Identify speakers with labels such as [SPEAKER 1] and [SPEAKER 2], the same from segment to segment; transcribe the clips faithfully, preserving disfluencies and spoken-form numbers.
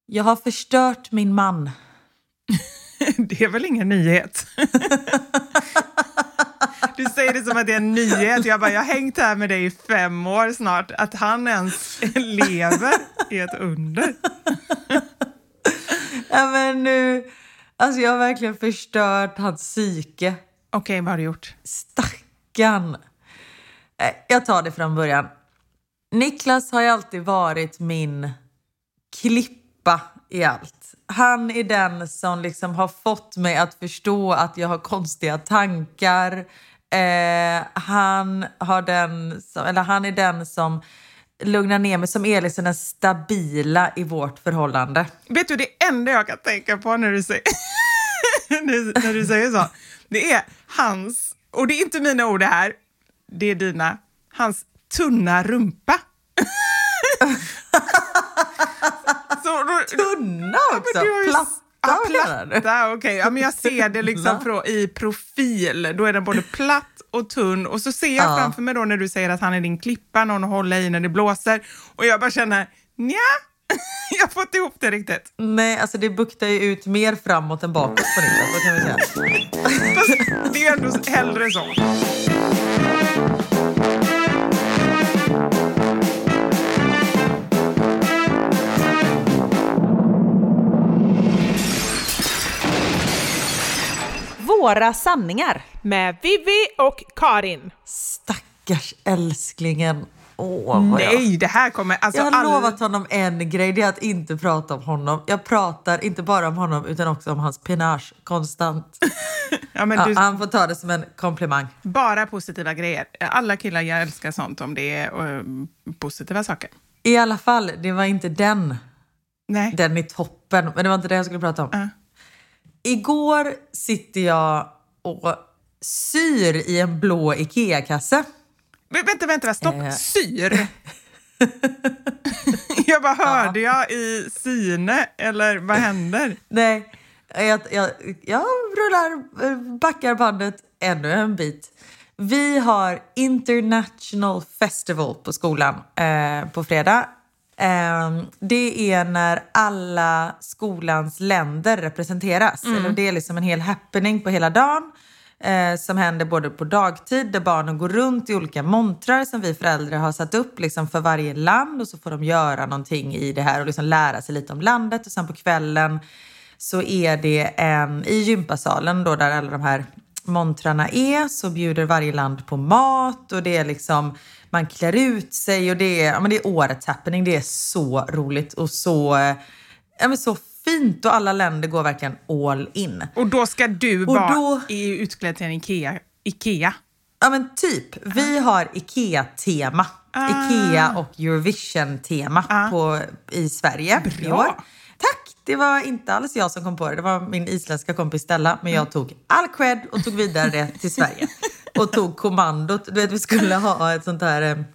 [SPEAKER 1] Jag har förstört min man.
[SPEAKER 2] Det är väl ingen nyhet? Du säger det som att det är en nyhet. Jag bara, jag har hängt här med dig i fem år snart. Att han ens lever är ett under.
[SPEAKER 1] Ja, men nu... Alltså jag har verkligen förstört hans psyke.
[SPEAKER 2] Okej, okay, vad har du gjort?
[SPEAKER 1] Stackarn. Jag tar det från början. Niklas har ju alltid varit min klippa i allt. Han är den som liksom har fått mig att förstå att jag har konstiga tankar. Eh, han, har den som, eller han är den som lugnar ner mig, som är liksom den stabila i vårt förhållande.
[SPEAKER 2] Vet du, det enda jag kan tänka på när du säger, när du säger så, det är hans, och det är inte mina ord det här, det är dina, hans tunna rumpa. Så, då,
[SPEAKER 1] tunna också?
[SPEAKER 2] Ja, ju,
[SPEAKER 1] platta?
[SPEAKER 2] Ja, platta, okej. Okay. Ja, men jag ser det liksom från, i profil. Då är den både platt och tunn. Och så ser jag ja. framför mig då när du säger att han är din klippa, någon att hålla i när det blåser. Och jag bara känner, nja, jag får inte ihop det riktigt.
[SPEAKER 1] Nej, alltså det buktar ju ut mer framåt än bakåt på Niklas, så kan vi säga.
[SPEAKER 2] Fast det är ändå hellre så.
[SPEAKER 3] Våra sanningar med Vivi och Karin.
[SPEAKER 1] Stackars älsklingen. Åh,
[SPEAKER 2] Nej,
[SPEAKER 1] jag...
[SPEAKER 2] det här kommer... Alltså,
[SPEAKER 1] jag har
[SPEAKER 2] all...
[SPEAKER 1] lovat honom en grej, det är att inte prata om honom. Jag pratar inte bara om honom utan också om hans penage konstant.
[SPEAKER 2] ja, men
[SPEAKER 1] ja,
[SPEAKER 2] du...
[SPEAKER 1] Han får ta det som en komplimang.
[SPEAKER 2] Bara positiva grejer. Alla killar, jag älskar sånt om det är uh, positiva saker.
[SPEAKER 1] I alla fall, det var inte den.
[SPEAKER 2] Nej.
[SPEAKER 1] Den i toppen, men det var inte det jag skulle prata om.
[SPEAKER 2] Uh.
[SPEAKER 1] Igår sitter jag och syr i en blå Ikea-kasse.
[SPEAKER 2] Men, vänta, vänta, stopp. Eh. Syr? jag bara, hörde ja. jag i syne? Eller vad händer?
[SPEAKER 1] Nej, jag, jag, jag rullar, backar bandet ännu en bit. Vi har International Festival på skolan eh, på fredag. Um, det är när alla skolans länder representeras. Mm. Eller det är liksom en hel happening på hela dagen. Uh, som händer både på dagtid, där barnen går runt i olika montrar som vi föräldrar har satt upp liksom för varje land. Och så får de göra någonting i det här och liksom lära sig lite om landet. Och sen på kvällen så är det en, i gympasalen då, där alla de här montrarna är, så bjuder varje land på mat. Och det är liksom... Man klär ut sig och det är, ja, men det är årets happening. Det är så roligt och så, ja, men så fint. Och alla länder går verkligen all in.
[SPEAKER 2] Och då ska du
[SPEAKER 1] och
[SPEAKER 2] vara
[SPEAKER 1] då,
[SPEAKER 2] i utklädd till en Ikea. Ikea.
[SPEAKER 1] Ja, men typ. Vi har Ikea-tema. Ah. Ikea och Eurovision-tema ah. på, i Sverige.
[SPEAKER 2] Bra.
[SPEAKER 1] I år. Tack! Det var inte alls jag som kom på det. Det var min isländska kompis Stella. Men jag tog all cred och tog vidare det till Sverige. Och tog kommandot. Du vet, vi skulle ha ett sånt här eh,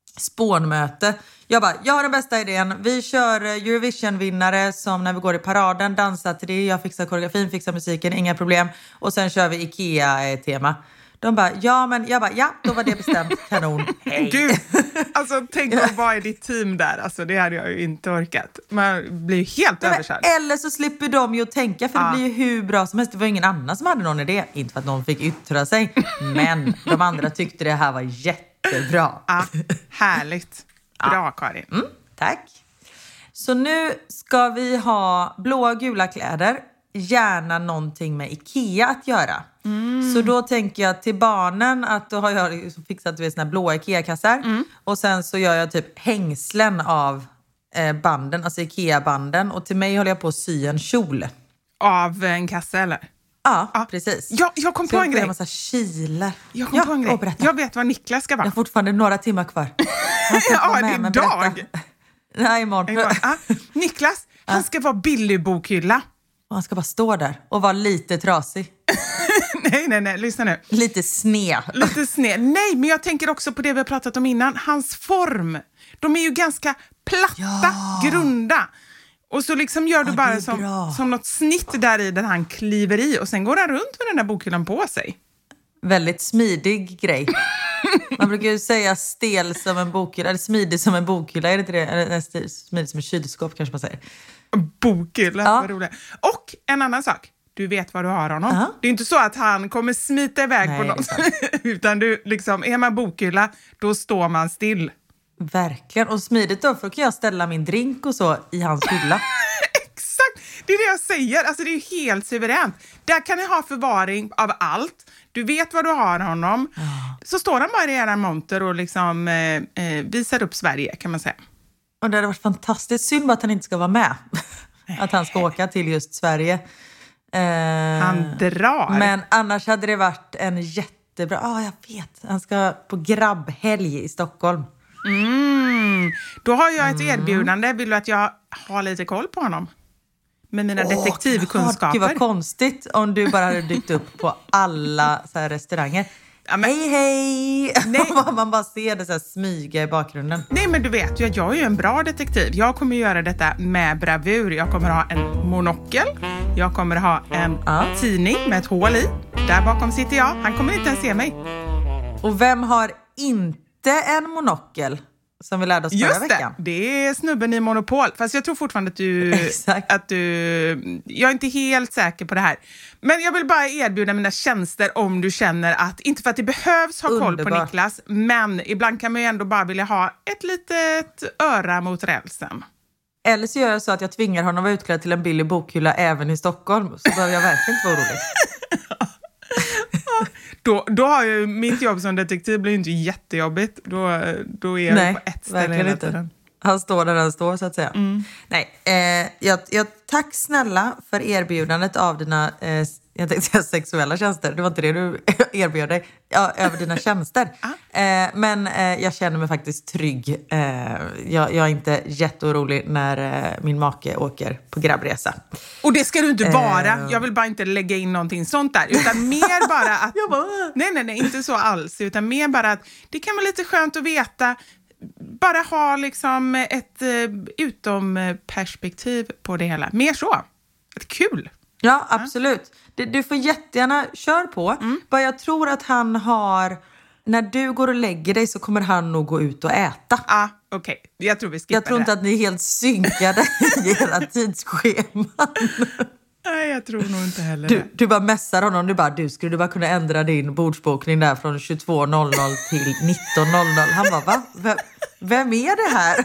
[SPEAKER 1] spånmöte. Jag bara, jag har den bästa idén. Vi kör Eurovision-vinnare som när vi går i paraden. Dansar till det. Jag fixar koreografin, fixar musiken. Inga problem. Och sen kör vi Ikea-tema. De bara, ja men, jag bara, ja, då var det bestämt. Kanon. Hej.
[SPEAKER 2] Gud, alltså tänk att vara i ditt team där. Alltså det hade jag ju inte orkat. Man blir ju helt
[SPEAKER 1] ja,
[SPEAKER 2] överkörd.
[SPEAKER 1] Eller så slipper de ju att tänka, för ja. det blir ju hur bra som helst. Det var ingen annan som hade någon idé. Inte för att någon fick yttra sig. Men de andra tyckte det här var jättebra.
[SPEAKER 2] Ja, härligt. Bra, Karin.
[SPEAKER 1] Mm, tack. Så nu ska vi ha blåa och gula kläder. Gärna någonting med Ikea att göra. Mm. Så då tänker jag till barnen att då har jag fixat såna här blåa Ikea-kassar. Mm. Och sen så gör jag typ hängslen av eh, banden, alltså Ikea-banden. Och till mig håller jag på att sy en kjol.
[SPEAKER 2] Av en kasse eller?
[SPEAKER 1] Ja, ja. precis.
[SPEAKER 2] Ja, jag kom
[SPEAKER 1] så
[SPEAKER 2] på en grej.
[SPEAKER 1] En massa kilar.
[SPEAKER 2] Jag kom ja, på en grej. Jag vet vad Niklas ska vara.
[SPEAKER 1] Jag har fortfarande några timmar kvar.
[SPEAKER 2] ja, det är idag.
[SPEAKER 1] Nej, imorgon.
[SPEAKER 2] imorgon. Ah, Niklas, han ah. ska vara billig bokhylla.
[SPEAKER 1] Och han ska bara stå där och vara lite trasig.
[SPEAKER 2] nej, nej, nej. Lyssna nu.
[SPEAKER 1] Lite sned.
[SPEAKER 2] Lite sned. Nej, men jag tänker också på det vi har pratat om innan. Hans form. De är ju ganska platta, ja. grunda. Och så liksom gör du ja, bara som, som något snitt där i där han kliver i. Och sen går han runt med den där bokhyllan på sig.
[SPEAKER 1] Väldigt smidig grej. Man brukar ju säga stel som en bokhylla. Eller smidig som en bokhylla. Är det inte det? Eller smidig som en kylskåp kanske man säger.
[SPEAKER 2] Bokylla,
[SPEAKER 1] ja.
[SPEAKER 2] vad roligt. Och en annan sak. Du vet vad du har honom.
[SPEAKER 1] Uh-huh.
[SPEAKER 2] Det är inte så att han kommer smita iväg Nej, på något. Utan du, liksom, är man Bokylla, då står man still.
[SPEAKER 1] Verkligen. Och smidigt då, för då kan jag ställa min drink och så i hans hylla.
[SPEAKER 2] Exakt, det är det jag säger. Alltså det är helt suveränt. Där kan ni ha förvaring av allt. Du vet vad du har honom. Uh. Så står han bara i era monter och liksom eh, eh, visar upp Sverige, kan man säga.
[SPEAKER 1] Och det hade varit fantastiskt. Synd bara att han inte ska vara med. Att han ska åka till just Sverige. Eh,
[SPEAKER 2] han drar.
[SPEAKER 1] Men annars hade det varit en jättebra... Ja, ah, jag vet. Han ska på grabbhelg i Stockholm.
[SPEAKER 2] Mm. Då har jag ett erbjudande. Vill du att jag har lite koll på honom? Med mina oh, detektivkunskaper.
[SPEAKER 1] Gud vad konstigt om du bara hade dykt upp på alla så här restauranger. Ja, men, hej, hej! Nej. Man bara ser det så här smyga i bakgrunden.
[SPEAKER 2] Nej, men du vet, jag, jag är ju en bra detektiv. Jag kommer göra detta med bravur. Jag kommer ha en monokel. Jag kommer ha en ja. tidning med ett hål i. Där bakom sitter jag. Han kommer inte ens se mig.
[SPEAKER 1] Och vem har inte en monokel? Som vi lärde oss förra
[SPEAKER 2] Just det,
[SPEAKER 1] veckan.
[SPEAKER 2] det är snubben i Monopol. Fast jag tror fortfarande att du, att du... Jag är inte helt säker på det här. Men jag vill bara erbjuda mina tjänster om du känner att... Inte för att det behövs ha
[SPEAKER 1] Underbar.
[SPEAKER 2] koll på Niklas. Men ibland kan man ju ändå bara vilja ha ett litet öra mot rälsen.
[SPEAKER 1] Eller så gör jag så att jag tvingar honom att vara utklädd till en billig bokhylla även i Stockholm. Så behöver jag verkligen inte vara orolig.
[SPEAKER 2] Då, då har ju mitt jobb som detektiv blir inte jättejobbigt. Då, då är jag Nej, på ett ställe hela tiden.
[SPEAKER 1] Han står där han står så att säga. Mm. Nej, eh, jag, jag, tack snälla för erbjudandet av dina eh, jag tänkte säga sexuella tjänster. Det var inte det du erbjöd dig. Ja, över dina tjänster. Ah. Eh, men eh, jag känner mig faktiskt trygg. Eh, jag, jag är inte jätteorolig när eh, min make åker på grabbresa.
[SPEAKER 2] Och det ska du inte vara. Eh. Jag vill bara inte lägga in någonting sånt där. Utan mer bara att... jag bara... Nej, nej, nej. Inte så alls. Utan mer bara att det kan vara lite skönt att veta... Bara ha liksom ett uh, utomperspektiv på det hela. Mer så. Ett kul.
[SPEAKER 1] Ja, absolut. Du, du får jättegärna kör på. Mm. Bara jag tror att han har... När du går och lägger dig så kommer han nog gå ut och äta.
[SPEAKER 2] Ja, ah, okej. Okay. Jag tror vi skippar det.
[SPEAKER 1] Jag tror inte
[SPEAKER 2] det.
[SPEAKER 1] att ni är helt synkade i era tidsscheman.
[SPEAKER 2] Nej, jag tror nog inte heller
[SPEAKER 1] du,
[SPEAKER 2] det.
[SPEAKER 1] Du bara mässar honom. Du bara, du skulle du bara kunna ändra din bordsbokning där från tjugotvå noll noll till nitton noll noll. Han bara, va? Vem, vem är det här?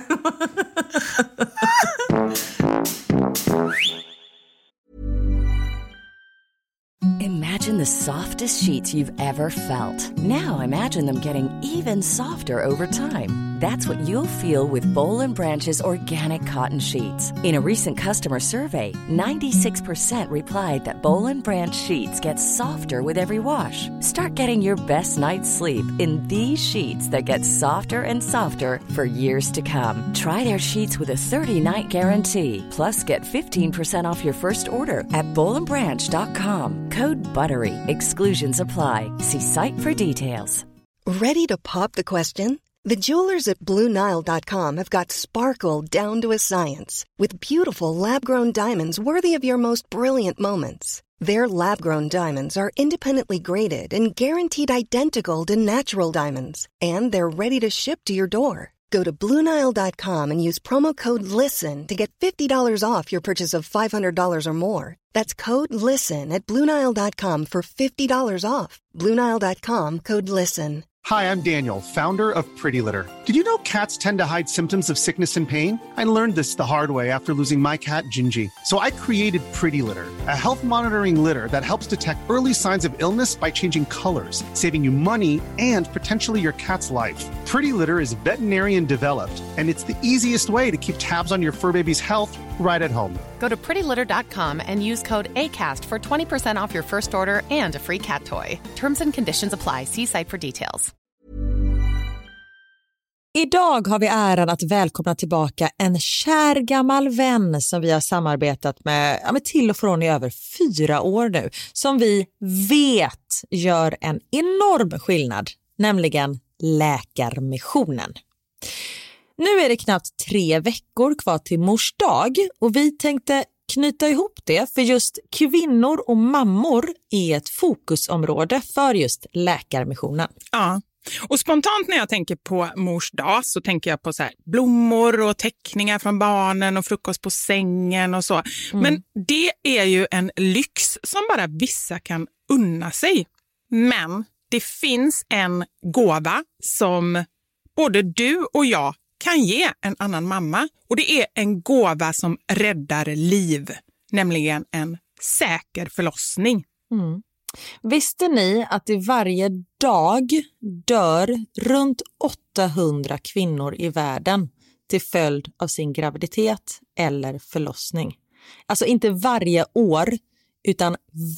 [SPEAKER 4] Imagine the softest sheets you've ever felt. Now imagine them getting even softer over time. That's what you'll feel with Boll and Branch's organic cotton sheets. In a recent customer survey, ninety-six percent replied that Boll and Branch sheets get softer with every wash. Start getting your best night's sleep in these sheets that get softer and softer for years to come. Try their sheets with a thirty-night guarantee. Plus, get fifteen percent off your first order at boll and branch dot com. Code BUTTERY. Exclusions apply. See site for details.
[SPEAKER 5] Ready to pop the question? The jewelers at Blue Nile dot com have got sparkle down to a science with beautiful lab-grown diamonds worthy of your most brilliant moments. Their lab-grown diamonds are independently graded and guaranteed identical to natural diamonds, and they're ready to ship to your door. Go to Blue Nile dot com and use promo code LISTEN to get fifty dollars off your purchase of five hundred dollars or more. That's code LISTEN at Blue Nile dot com for fifty dollars off. Blue Nile dot com, code LISTEN.
[SPEAKER 6] Hi, I'm Daniel, founder of Pretty Litter. Did you know cats tend to hide symptoms of sickness and pain? I learned this the hard way after losing my cat, Gingy. So I created Pretty Litter, a health monitoring litter that helps detect early signs of illness by changing colors, saving you money and potentially your cat's life. Pretty Litter is veterinarian developed, and it's the easiest way to keep tabs on your fur baby's health right at home.
[SPEAKER 7] Go to pretty litter dot com and use code ACAST for twenty percent off your first order and a free cat toy. Terms and conditions apply. See site for details.
[SPEAKER 1] Idag har vi äran att välkomna tillbaka en kär gammal vän som vi har samarbetat med, ja, med till och från i över fyra år nu. Som vi vet gör en enorm skillnad, nämligen Läkarmissionen. Nu är det knappt tre veckor kvar till mors dag och vi tänkte knyta ihop det för just kvinnor och mammor är ett fokusområde för just Läkarmissionen.
[SPEAKER 2] Ja, Och spontant när jag tänker på mors dag så tänker jag på så här blommor och teckningar från barnen och frukost på sängen och så. Mm. Men det är ju en lyx som bara vissa kan unna sig. Men det finns en gåva som både du och jag kan ge en annan mamma. Och det är en gåva som räddar liv, nämligen en säker förlossning.
[SPEAKER 1] Mm. Visste ni att det varje dag dör runt åttahundra kvinnor i världen till följd av sin graviditet eller förlossning? Alltså inte varje år utan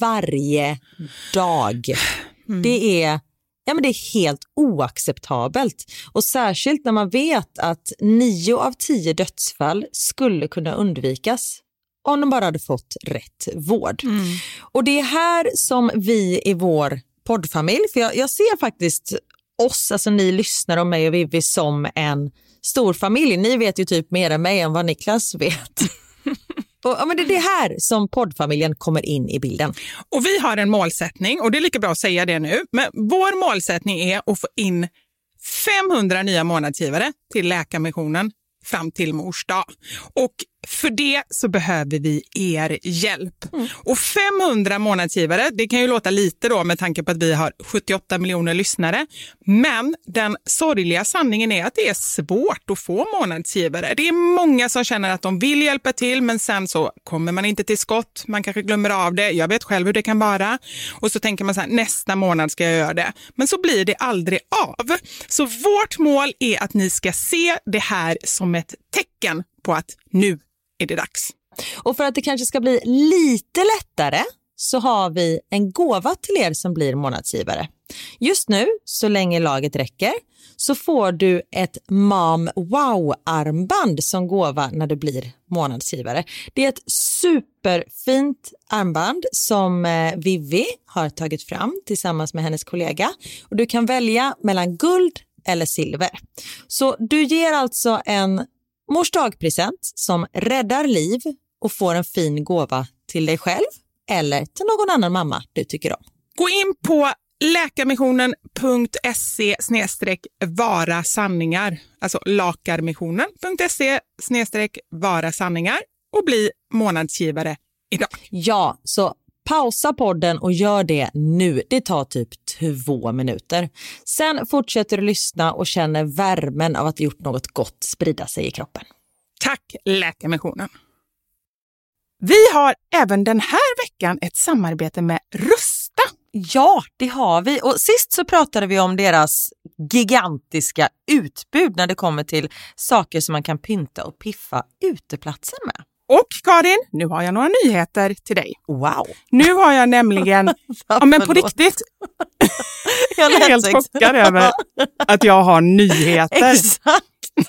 [SPEAKER 1] varje dag. Mm. Det är, ja, men det är helt oacceptabelt. Och särskilt när man vet att nio av tio dödsfall skulle kunna undvikas om de bara hade fått rätt vård. Mm. Och det är här som vi i vår poddfamilj, för jag, jag ser faktiskt oss, alltså ni lyssnar om mig och Vivi, som en stor familj. Ni vet ju typ mer än mig än vad Niklas vet. Och, ja, men det är det här som poddfamiljen kommer in i bilden.
[SPEAKER 2] Och vi har en målsättning, och det är lika bra att säga det nu. Men vår målsättning är att få in femhundra nya månadsgivare till Läkarmissionen fram till mors dag. Och för det så behöver vi er hjälp. Mm. Och femhundra månadsgivare, det kan ju låta lite då med tanke på att vi har sjuttioåtta miljoner lyssnare. Men den sorgliga sanningen är att det är svårt att få månadsgivare. Det är många som känner att de vill hjälpa till, men sen så kommer man inte till skott. Man kanske glömmer av det. Jag vet själv hur det kan vara. Och så tänker man så här, nästa månad ska jag göra det. Men så blir det aldrig av. Så vårt mål är att ni ska se det här som ett tecken på att nu är det dags.
[SPEAKER 1] Och för att det kanske ska bli lite lättare så har vi en gåva till er som blir månadsgivare. Just nu, så länge laget räcker, så får du ett Mom Wow-armband som gåva när du blir månadsgivare. Det är ett superfint armband som Vivi har tagit fram tillsammans med hennes kollega. Och du kan välja mellan guld eller silver. Så du ger alltså en mors dagpresent som räddar liv och får en fin gåva till dig själv eller till någon annan mamma du tycker om.
[SPEAKER 2] Gå in på läkarmissionen punkt se snedstreck vara sanningar, alltså lakarmissionen punkt se snedstreck vara sanningar och bli månadsgivare idag.
[SPEAKER 1] Ja, så pausa podden och gör det nu. Det tar typ två minuter. Sen fortsätter du lyssna och känner värmen av att gjort något gott sprida sig i kroppen.
[SPEAKER 2] Tack Läkarmissionen. Vi har även den här veckan ett samarbete med Rusta.
[SPEAKER 1] Ja, det har vi. Och sist så pratade vi om deras gigantiska utbud när det kommer till saker som man kan pynta och piffa uteplatsen med.
[SPEAKER 2] Och Karin, nu har jag några nyheter till dig.
[SPEAKER 1] Wow.
[SPEAKER 2] Nu har jag nämligen, ja men på riktigt, jag är helt chockad över att jag har nyheter.
[SPEAKER 1] Exakt.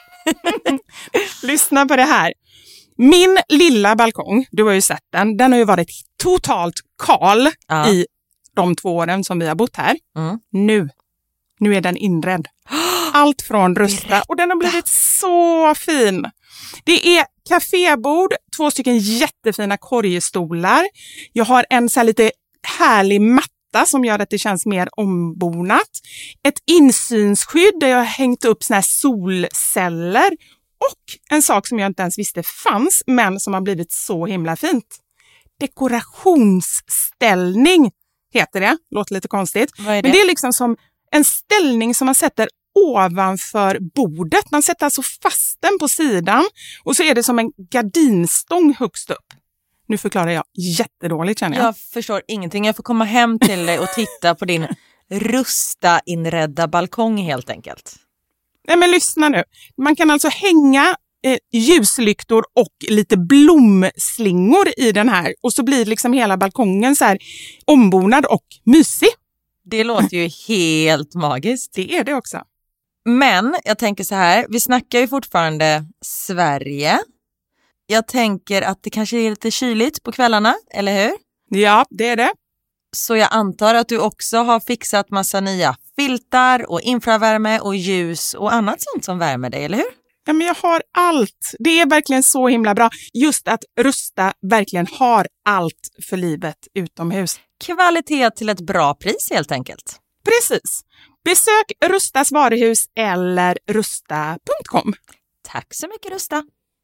[SPEAKER 2] Lyssna på det här. Min lilla balkong, du har ju sett den, den har ju varit totalt kal ja. i de två åren som vi har bott här. Mm. Nu, nu är den inredd. Allt från Rusta och den har blivit så fin. Det är kafébord, två stycken jättefina korgstolar. Jag har en så här lite härlig matta som gör att det känns mer ombonat. Ett insynsskydd där jag har hängt upp såna här solceller. Och en sak som jag inte ens visste fanns, men som har blivit så himla fint. Dekorationsställning heter det. Låter lite konstigt.
[SPEAKER 1] Vad är det?
[SPEAKER 2] Men det är liksom som en ställning som man sätter ovanför bordet. Man sätter alltså fast den på sidan och så är det som en gardinstång högst upp. Nu förklarar jag jättedåligt känner jag.
[SPEAKER 1] Jag förstår ingenting. Jag får komma hem till dig och titta på din Rusta inredda balkong helt enkelt.
[SPEAKER 2] Nej men lyssna nu. Man kan alltså hänga eh, ljuslyktor och lite blomslingor i den här. Och så blir liksom hela balkongen så här ombonad och mysig.
[SPEAKER 1] Det låter ju helt magiskt.
[SPEAKER 2] Det är det också.
[SPEAKER 1] Men jag tänker så här, vi snackar ju fortfarande Sverige. Jag tänker att det kanske är lite kyligt på kvällarna, eller hur?
[SPEAKER 2] Ja, det är det.
[SPEAKER 1] Så jag antar att du också har fixat massa nya filtar och infravärme och ljus och annat sånt som värmer dig, eller hur?
[SPEAKER 2] Ja, men jag har allt. Det är verkligen så himla bra. Just att Rusta verkligen har allt för livet utomhus.
[SPEAKER 1] Kvalitet till ett bra pris helt enkelt.
[SPEAKER 2] Precis. Besök Rustas varuhus eller rusta punkt com.
[SPEAKER 3] Tack så mycket, Rusta.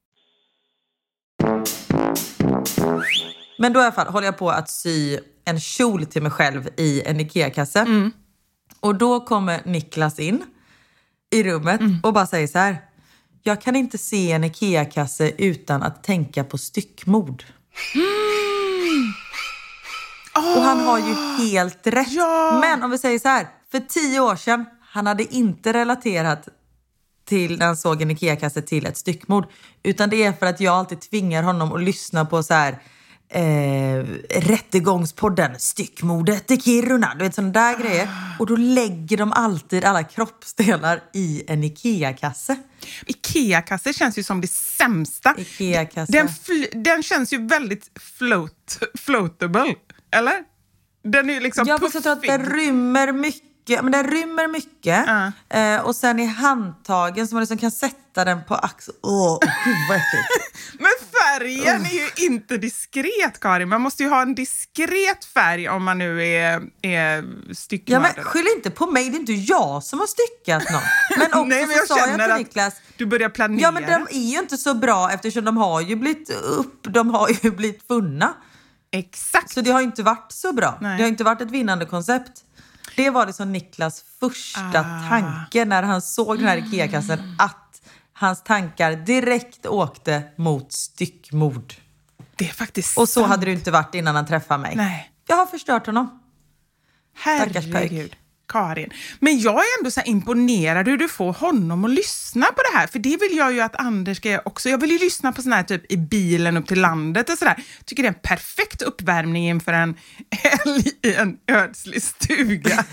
[SPEAKER 1] Men då i alla fall håller jag på att sy en kjol till mig själv i en Ikea-kasse. Mm. Och då kommer Niklas in i rummet mm. och bara säger så här: jag kan inte se en Ikea-kasse utan att tänka på styckmord. Mm. Oh. Och han har ju helt rätt.
[SPEAKER 2] Ja.
[SPEAKER 1] Men om vi säger så här, för tio år sedan, han hade inte relaterat till när han såg en Ikea-kasse till ett styckmord. Utan det är för att jag alltid tvingar honom att lyssna på så här eh, rättegångspodden, styckmordet i Kiruna. Du vet sådana där ah. grejer. Och då lägger de alltid alla kroppsdelar i en Ikea-kasse.
[SPEAKER 2] Ikea-kasse känns ju som det sämsta.
[SPEAKER 1] Ikea-kasse.
[SPEAKER 2] Den, fl- den känns ju väldigt float, floatable, eller? Den är ju liksom
[SPEAKER 1] jag
[SPEAKER 2] puffig.
[SPEAKER 1] Jag tror att den rymmer mycket. Men den rymmer mycket. Uh. Eh, och sen i handtagen så man liksom kan sätta den på axeln. Åh, gud vad äckligt.
[SPEAKER 2] Men färgen uh. är ju inte diskret, Karin. Man måste ju ha en diskret färg om man nu är, är styckmördare.
[SPEAKER 1] Ja, men skyll inte på mig. Det är inte jag som har styckat någon. Men också Nej, men jag så sa jag till Niklas.
[SPEAKER 2] Du börjar planera.
[SPEAKER 1] Ja, men de är ju inte så bra eftersom de har ju blivit upp. De har ju blivit funna.
[SPEAKER 2] Exakt.
[SPEAKER 1] Så det har inte varit så bra.
[SPEAKER 2] Nej.
[SPEAKER 1] Det har inte varit ett vinnande koncept. Det var det som Niklas första
[SPEAKER 2] ah.
[SPEAKER 1] tanke när han såg den här Ikea-kassen. Mm. Att hans tankar direkt åkte mot styckmord.
[SPEAKER 2] Det är faktiskt
[SPEAKER 1] Och så
[SPEAKER 2] sant.
[SPEAKER 1] hade det inte varit innan han träffade mig.
[SPEAKER 2] Nej.
[SPEAKER 1] Jag har förstört honom.
[SPEAKER 2] Herregud, Karin. Men jag är ändå så här imponerad hur du får honom att lyssna på det här. För det vill jag ju att Anders ska också. Jag vill ju lyssna på sån här typ i bilen upp till landet och sådär. Tycker det är en perfekt uppvärmning inför en helg i en ödslig stuga.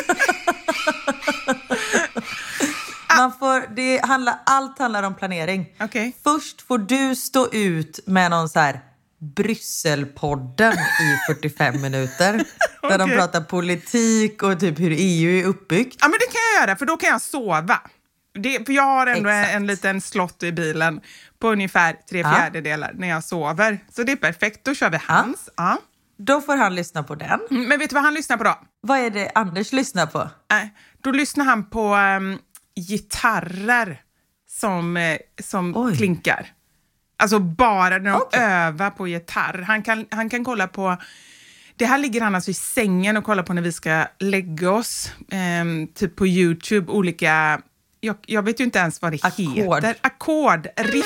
[SPEAKER 1] Man får, det handlar, allt handlar om planering.
[SPEAKER 2] Okay.
[SPEAKER 1] Först får du stå ut med någon så här Brysselpodden i fyrtiofem minuter. Där okay. de pratar politik och typ hur E U är uppbyggt.
[SPEAKER 2] Ja, men det kan jag göra, för då kan jag sova. Det, för jag har ändå en, en liten slott i bilen på ungefär tre ja. fjärdedelar när jag sover. Så det är perfekt, då kör vi hans. Ja. Ja.
[SPEAKER 1] Då får han lyssna på den.
[SPEAKER 2] Men vet du vad han lyssnar på då?
[SPEAKER 1] Vad är det Anders lyssnar på?
[SPEAKER 2] Nej, äh, då lyssnar han på um, gitarrer som, eh, som klinkar. Alltså bara när de okay. övar på gitarr. Han kan, han kan kolla på... Det här ligger han alltså i sängen och kollar på när vi ska lägga oss. Eh, typ på YouTube. Olika... Jag, jag vet ju inte ens vad det Akkord. heter. Ackord. Riff.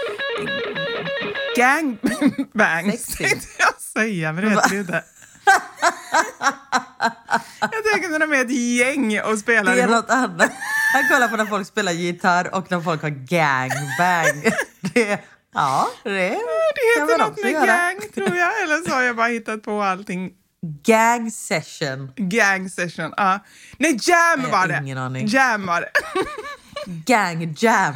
[SPEAKER 2] Gangbangs. Tänkte jag säga, men det heter det inte. Jag tänker när de är ett gäng och spelar.
[SPEAKER 1] Det är något annat. Han kollar på när folk spelar gitarr och när folk har gangbang. Det Ja, det,
[SPEAKER 2] det heter något med göra. gang, tror jag. Eller så har jag bara hittat på allting.
[SPEAKER 1] Gang session.
[SPEAKER 2] Gang session, ja. Nej, jam var det.
[SPEAKER 1] Ingen aning.
[SPEAKER 2] Jam var det.
[SPEAKER 1] Gang jam.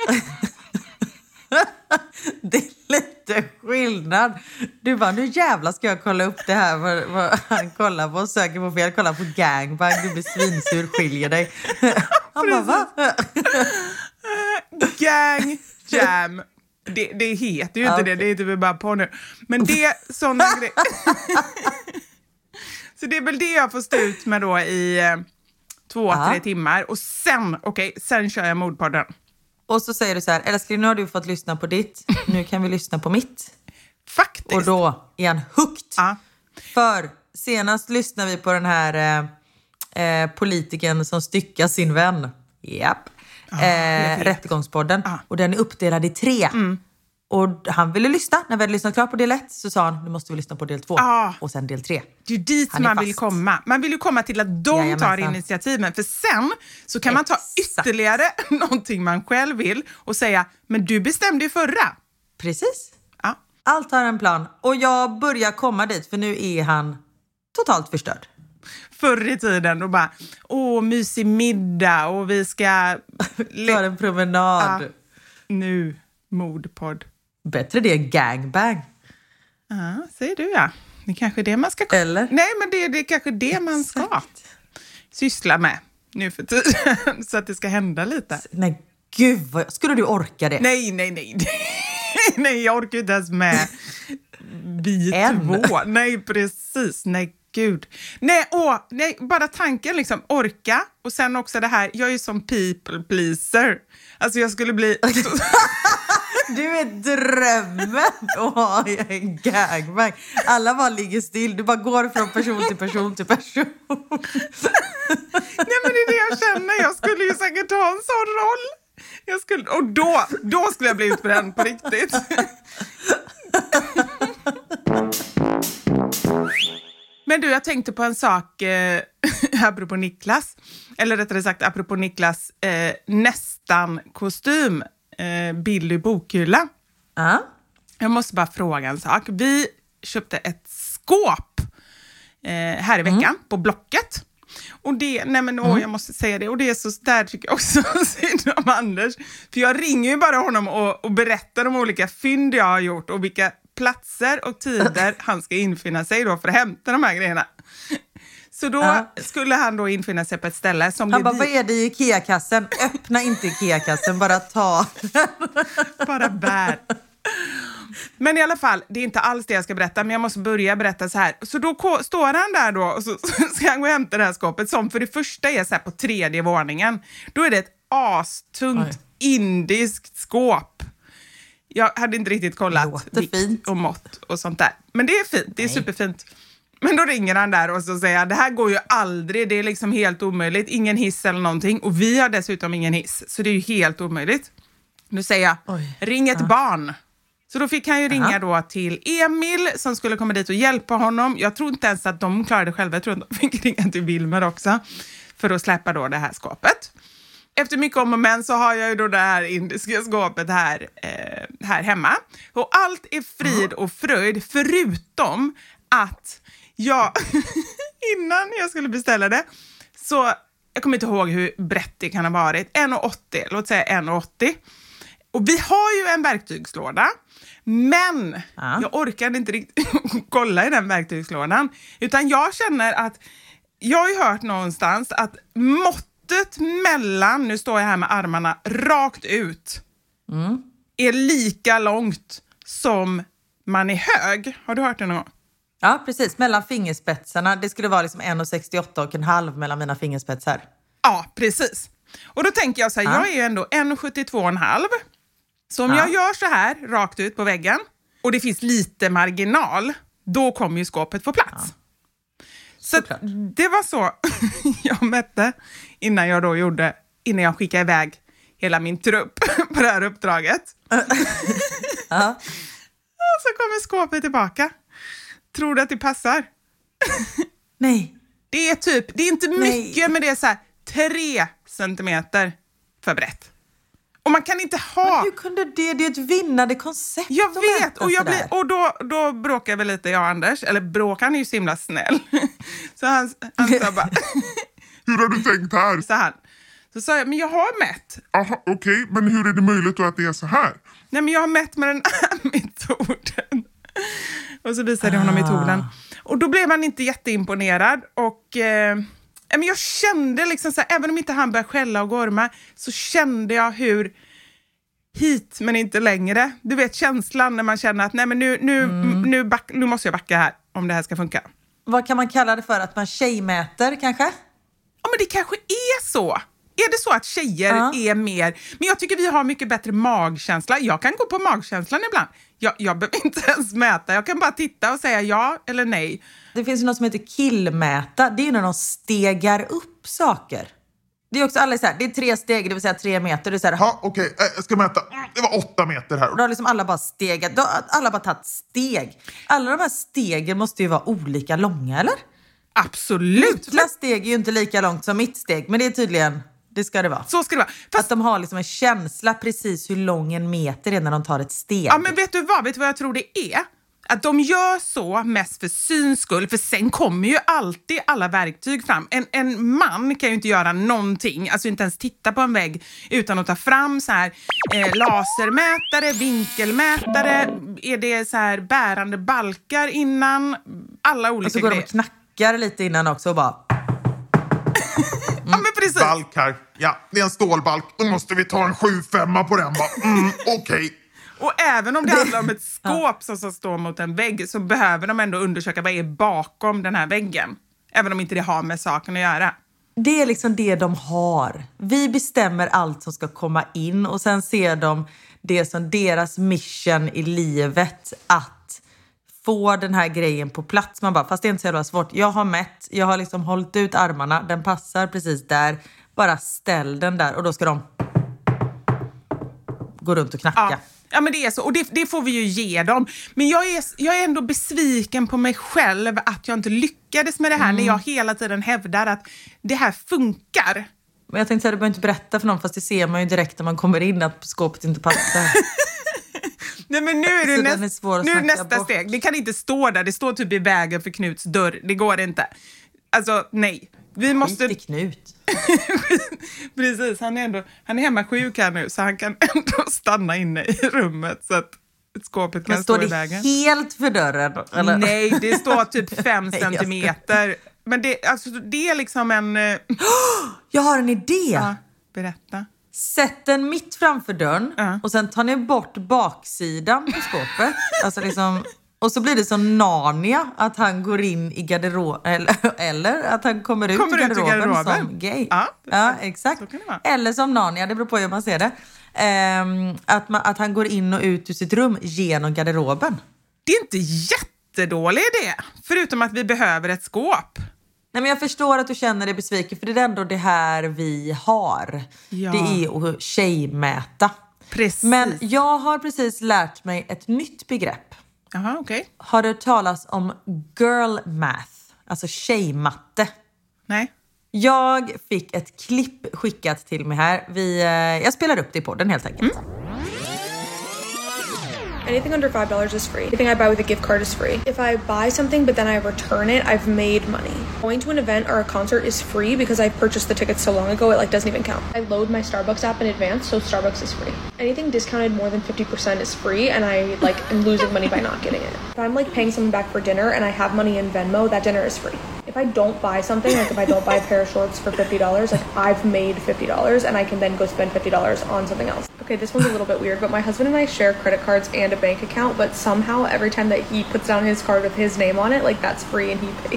[SPEAKER 1] Det är lite skillnad. Du bara, nu jävla ska jag kolla upp det här. Vad, vad han kollar på, söker på fel. Kollar på gangbang, du blir svinsur, skiljer dig. Han bara, va?
[SPEAKER 2] Gang jam. Det, det heter ju inte okay. det, det heter väl bara på nu. Men det är sådana grejer. Så det är väl det jag får stå ut med då i eh, två, ja. tre timmar. Och sen, okej, okay, sen kör jag mordpodden.
[SPEAKER 1] Och så säger du så här, älskling, nu har du fått lyssna på ditt. Nu kan vi lyssna på mitt.
[SPEAKER 2] Faktiskt.
[SPEAKER 1] Och då är han hooked.
[SPEAKER 2] Ja.
[SPEAKER 1] För senast lyssnade vi på den här eh, eh, politikern som styckar sin vän. Japp. Ah, eh, rättegångspodden. Ah. Och den är uppdelad i tre. Mm. Och han ville lyssna. När vi hade lyssnat klart på del ett så sa han, nu måste vi lyssna på del två. Ah. Och sen del tre.
[SPEAKER 2] Det är dit han man är vill komma. Man vill ju komma till att de Jajamensan. tar initiativen. För sen så kan man ta ytterligare någonting man själv vill och säga, men du bestämde ju förra.
[SPEAKER 1] Precis.
[SPEAKER 2] Ah.
[SPEAKER 1] Allt har en plan. Och jag börjar komma dit för nu är han totalt förstörd.
[SPEAKER 2] Förr i tiden då bara, åh, mysig middag och vi ska...
[SPEAKER 1] Ta en promenad.
[SPEAKER 2] Ja. Nu, mordpodd.
[SPEAKER 1] Bättre det än gangbang.
[SPEAKER 2] Ja, säger du ja. Det är kanske det man ska...
[SPEAKER 1] Eller?
[SPEAKER 2] Nej, men det, det är kanske det man ska Exakt. syssla med nu för tiden. Så att det ska hända lite.
[SPEAKER 1] Nej, gud, vad... skulle du orka det?
[SPEAKER 2] Nej, nej, nej. Nej, jag orkar inte ens med vi
[SPEAKER 1] en.
[SPEAKER 2] två. Nej, precis. Nej, gud. Nej, åh, nej, bara tanken liksom, orka. Och sen också det här, jag är ju som people pleaser. Alltså jag skulle bli...
[SPEAKER 1] Du är drömmen att ha en gangbang. Alla bara ligger still. Du bara går från person till person till person.
[SPEAKER 2] Nej, men det är det jag känner. Jag skulle ju säkert ha en sån roll. Jag skulle, och då, då skulle jag bli utbränd på riktigt. Men du, jag tänkte på en sak eh, apropå Niklas. Eller rättare sagt apropå Niklas eh, nästan kostym. Eh, Billy Bokhylla.
[SPEAKER 1] Uh.
[SPEAKER 2] Jag måste bara fråga en sak. Vi köpte ett skåp eh, här i veckan mm. på Blocket. Och det, nej men åh, mm. jag måste säga det. Och det är så, där tycker jag också synd om Anders. För jag ringer ju bara honom och, och berättar om olika fynd jag har gjort. Och vilka platser och tider han ska infinna sig då för att hämta de här grejerna. Så då ja. skulle han då infinna sig på ett ställe som...
[SPEAKER 1] Han bara, vad är det i Ikea-kassen? Öppna inte Ikea-kassen, bara ta.
[SPEAKER 2] Bara bär. Men i alla fall, det är inte alls det jag ska berätta, men jag måste börja berätta så här. Så då ko- står han där då och så ska han gå och hämta det här skåpet som för det första är så här på tredje våningen. Då är det ett astungt Oj. indiskt skåp. Jag hade inte riktigt kollat vikt fint. och mått och sånt där. Men det är fint, det är Nej. superfint. Men då ringer han där och så säger han, det här går ju aldrig, det är liksom helt omöjligt. Ingen hiss eller någonting. Och vi har dessutom ingen hiss, så det är ju helt omöjligt. Nu säger jag, Oj. ring ett ja. barn. Så då fick han ju ringa Aha. då till Emil som skulle komma dit och hjälpa honom. Jag tror inte ens att de klarade det själva. Jag tror att de fick ringa till Wilmer också för att släppa då det här skåpet. Efter mycket om och men så har jag ju då det här indiska skåpet här, eh, här hemma. Och allt är frid och fröjd förutom att jag, innan jag skulle beställa det, så jag kommer inte ihåg hur brett det kan ha varit. en komma åttio, låt säga en komma åttio. Och vi har ju en verktygslåda, men ja. jag orkade inte riktigt kolla i den verktygslådan. Utan jag känner att, jag har ju hört någonstans att måttet mellan, nu står jag här med armarna rakt ut, mm. är lika långt som man är hög. Har du hört det någon gång?
[SPEAKER 1] Ja, precis. Mellan fingerspetsarna. Det skulle vara liksom en komma sextioåtta och en halv mellan mina fingerspetsar.
[SPEAKER 2] Ja, precis. Och då tänker jag så här, ja. jag är ju ändå en komma sjuttiotvå och en halv. Så om ja. jag gör så här rakt ut på väggen och det finns lite marginal, då kommer ju skåpet få plats. Ja. Så det var så jag mätte innan jag då gjorde, innan jag skickade iväg hela min trupp på det här uppdraget. Ja. Och så kommer skåpet tillbaka. Tror du att det passar?
[SPEAKER 1] Nej.
[SPEAKER 2] Det är typ, det är inte mycket, Nej. men det är så här tre centimeter för brett. Och man kan inte ha...
[SPEAKER 1] Men hur kunde det? Det är ett vinnande koncept.
[SPEAKER 2] Jag vet, och, jag blir, och då, då bråkar vi lite, jag och Anders. Eller bråkar, han är ju så himla snäll. Så han, han sa bara...
[SPEAKER 8] Hur har du tänkt här?
[SPEAKER 2] Så han. Så sa jag, men jag har mätt.
[SPEAKER 8] Aha, okej, okay, men hur är det möjligt då att det är så här?
[SPEAKER 2] Nej, men jag har mätt med den här metoden. Och så visade jag honom metoden. Och då blev han inte jätteimponerad. Och eh, men jag kände liksom så här, även om inte han började skälla och gorma, så kände jag hur hit men inte längre. Du vet känslan när man känner att nej men nu, nu, mm. nu, back, nu måste jag backa här om det här ska funka.
[SPEAKER 1] Vad kan man kalla det för? Att man tjejmäter kanske?
[SPEAKER 2] Ja, men det kanske är så. Är det så att tjejer uh. är mer... Men jag tycker vi har mycket bättre magkänsla. Jag kan gå på magkänslan ibland. Jag, jag behöver inte ens mäta. Jag kan bara titta och säga ja eller nej.
[SPEAKER 1] Det finns ju något som heter killmäta. Det är ju när de stegar upp saker. Det är också alla så här, det är tre steg, det vill säga tre meter. Det är så här,
[SPEAKER 8] ja, okej, okay. Jag ska mäta. Det var åtta meter här.
[SPEAKER 1] Då har liksom alla bara stegat. Då har alla bara tagit steg. Alla de här stegen måste ju vara olika långa, eller?
[SPEAKER 2] Absolut.
[SPEAKER 1] Niklas steg är ju inte lika långt som mitt steg. Men det är tydligen... Det ska det vara.
[SPEAKER 2] Så ska det vara.
[SPEAKER 1] Fast... Att de har liksom en känsla precis hur lång en meter är när de tar ett steg.
[SPEAKER 2] Ja, men vet du vad? Vet du vad jag tror det är? Att de gör så mest för syns skull. För sen kommer ju alltid alla verktyg fram. En, en man kan ju inte göra någonting. Alltså inte ens titta på en vägg utan att ta fram så här eh, lasermätare, vinkelmätare. Är det så här bärande balkar innan? Alla olika
[SPEAKER 1] och så går
[SPEAKER 2] grejer.
[SPEAKER 1] De och knackar lite innan också och bara...
[SPEAKER 2] Ja, men precis.
[SPEAKER 8] Balk här. Ja, det är en stålbalk. Då måste vi ta en sju femma på den. Mm, okej. Okay.
[SPEAKER 2] Och även om det handlar om ett skåp som ska stå mot en vägg så behöver de ändå undersöka vad är bakom den här väggen. Även om inte det har med saken att göra.
[SPEAKER 1] Det är liksom det de har. Vi bestämmer allt som ska komma in och sen ser de det som deras mission i livet att få den här grejen på plats. Man bara, fast det är inte så jävla svårt. Jag har mätt, jag har liksom hållit ut armarna, den passar precis där. Bara ställ den där och då ska de gå runt och knacka.
[SPEAKER 2] Ja. Ja, men det är så. Och det, det får vi ju ge dem. Men jag är, jag är ändå besviken på mig själv att jag inte lyckades med det här mm. när jag hela tiden hävdar att det här funkar.
[SPEAKER 1] Men jag tänkte att du behöver inte berätta för någon, fast det ser man ju direkt när man kommer in att skåpet inte passar.
[SPEAKER 2] Nej, men nu är det näst,
[SPEAKER 1] är
[SPEAKER 2] nu är nästa
[SPEAKER 1] bort.
[SPEAKER 2] steg. Det kan inte stå där. Det står typ i vägen för Knuts dörr. Det går inte. Alltså, nej. Vi måste...
[SPEAKER 1] Skit i Knut.
[SPEAKER 2] Precis, han är, ändå, han är hemma sjuk här nu så han kan ändå stanna inne i rummet så att skåpet kan stå i vägen.
[SPEAKER 1] Men står det helt för dörren? Eller?
[SPEAKER 2] Nej, det står typ fem centimeter. Men det, alltså, det är liksom en...
[SPEAKER 1] Jag har en idé!
[SPEAKER 2] Ja, berätta.
[SPEAKER 1] Sätt den mitt framför dörren uh. och sen tar ni bort baksidan på skåpet. Alltså liksom... Och så blir det som Narnia, att han går in i garderoben, eller, eller att han kommer ut, kommer i, garderoben ut i garderoben som gay. Ja, ja exakt. Eller som Narnia, det beror på hur man ser det. Um, att, man, att han går in och ut ur sitt rum genom garderoben.
[SPEAKER 2] Det är inte jättedålig idé, förutom att vi behöver ett skåp.
[SPEAKER 1] Nej, men jag förstår att du känner dig besviken, för det är ändå det här vi har. Ja. Det är att tjejmäta.
[SPEAKER 2] Precis.
[SPEAKER 1] Men jag har precis lärt mig ett nytt begrepp.
[SPEAKER 2] Aha, okay.
[SPEAKER 1] Har du talas om girl math? Alltså tjejmatte.
[SPEAKER 2] Nej.
[SPEAKER 1] Jag fick ett klipp skickat till mig här. Vi, eh, jag spelar upp det på den helt enkelt. Mm.
[SPEAKER 9] Anything under five dollars is free. Anything I buy with a gift card is free. If I buy something but then I return it, I've made money. Going to an event or a concert is free because I purchased the tickets so long ago it like doesn't even count. I load my Starbucks app in advance, so Starbucks is free. Anything discounted more than fifty percent is free, and I like am losing money by not getting it. If I'm like paying someone back for dinner and I have money in Venmo, that dinner is free. If I don't buy something, like if I don't buy a pair of shorts for fifty dollars, like I've made fifty dollars and I can then go spend fifty dollars on something else. Okay, this one's a little bit weird, but my husband and I share credit cards and a bank account, but somehow every time that he puts down his card with his name on it, like that's free and he paid.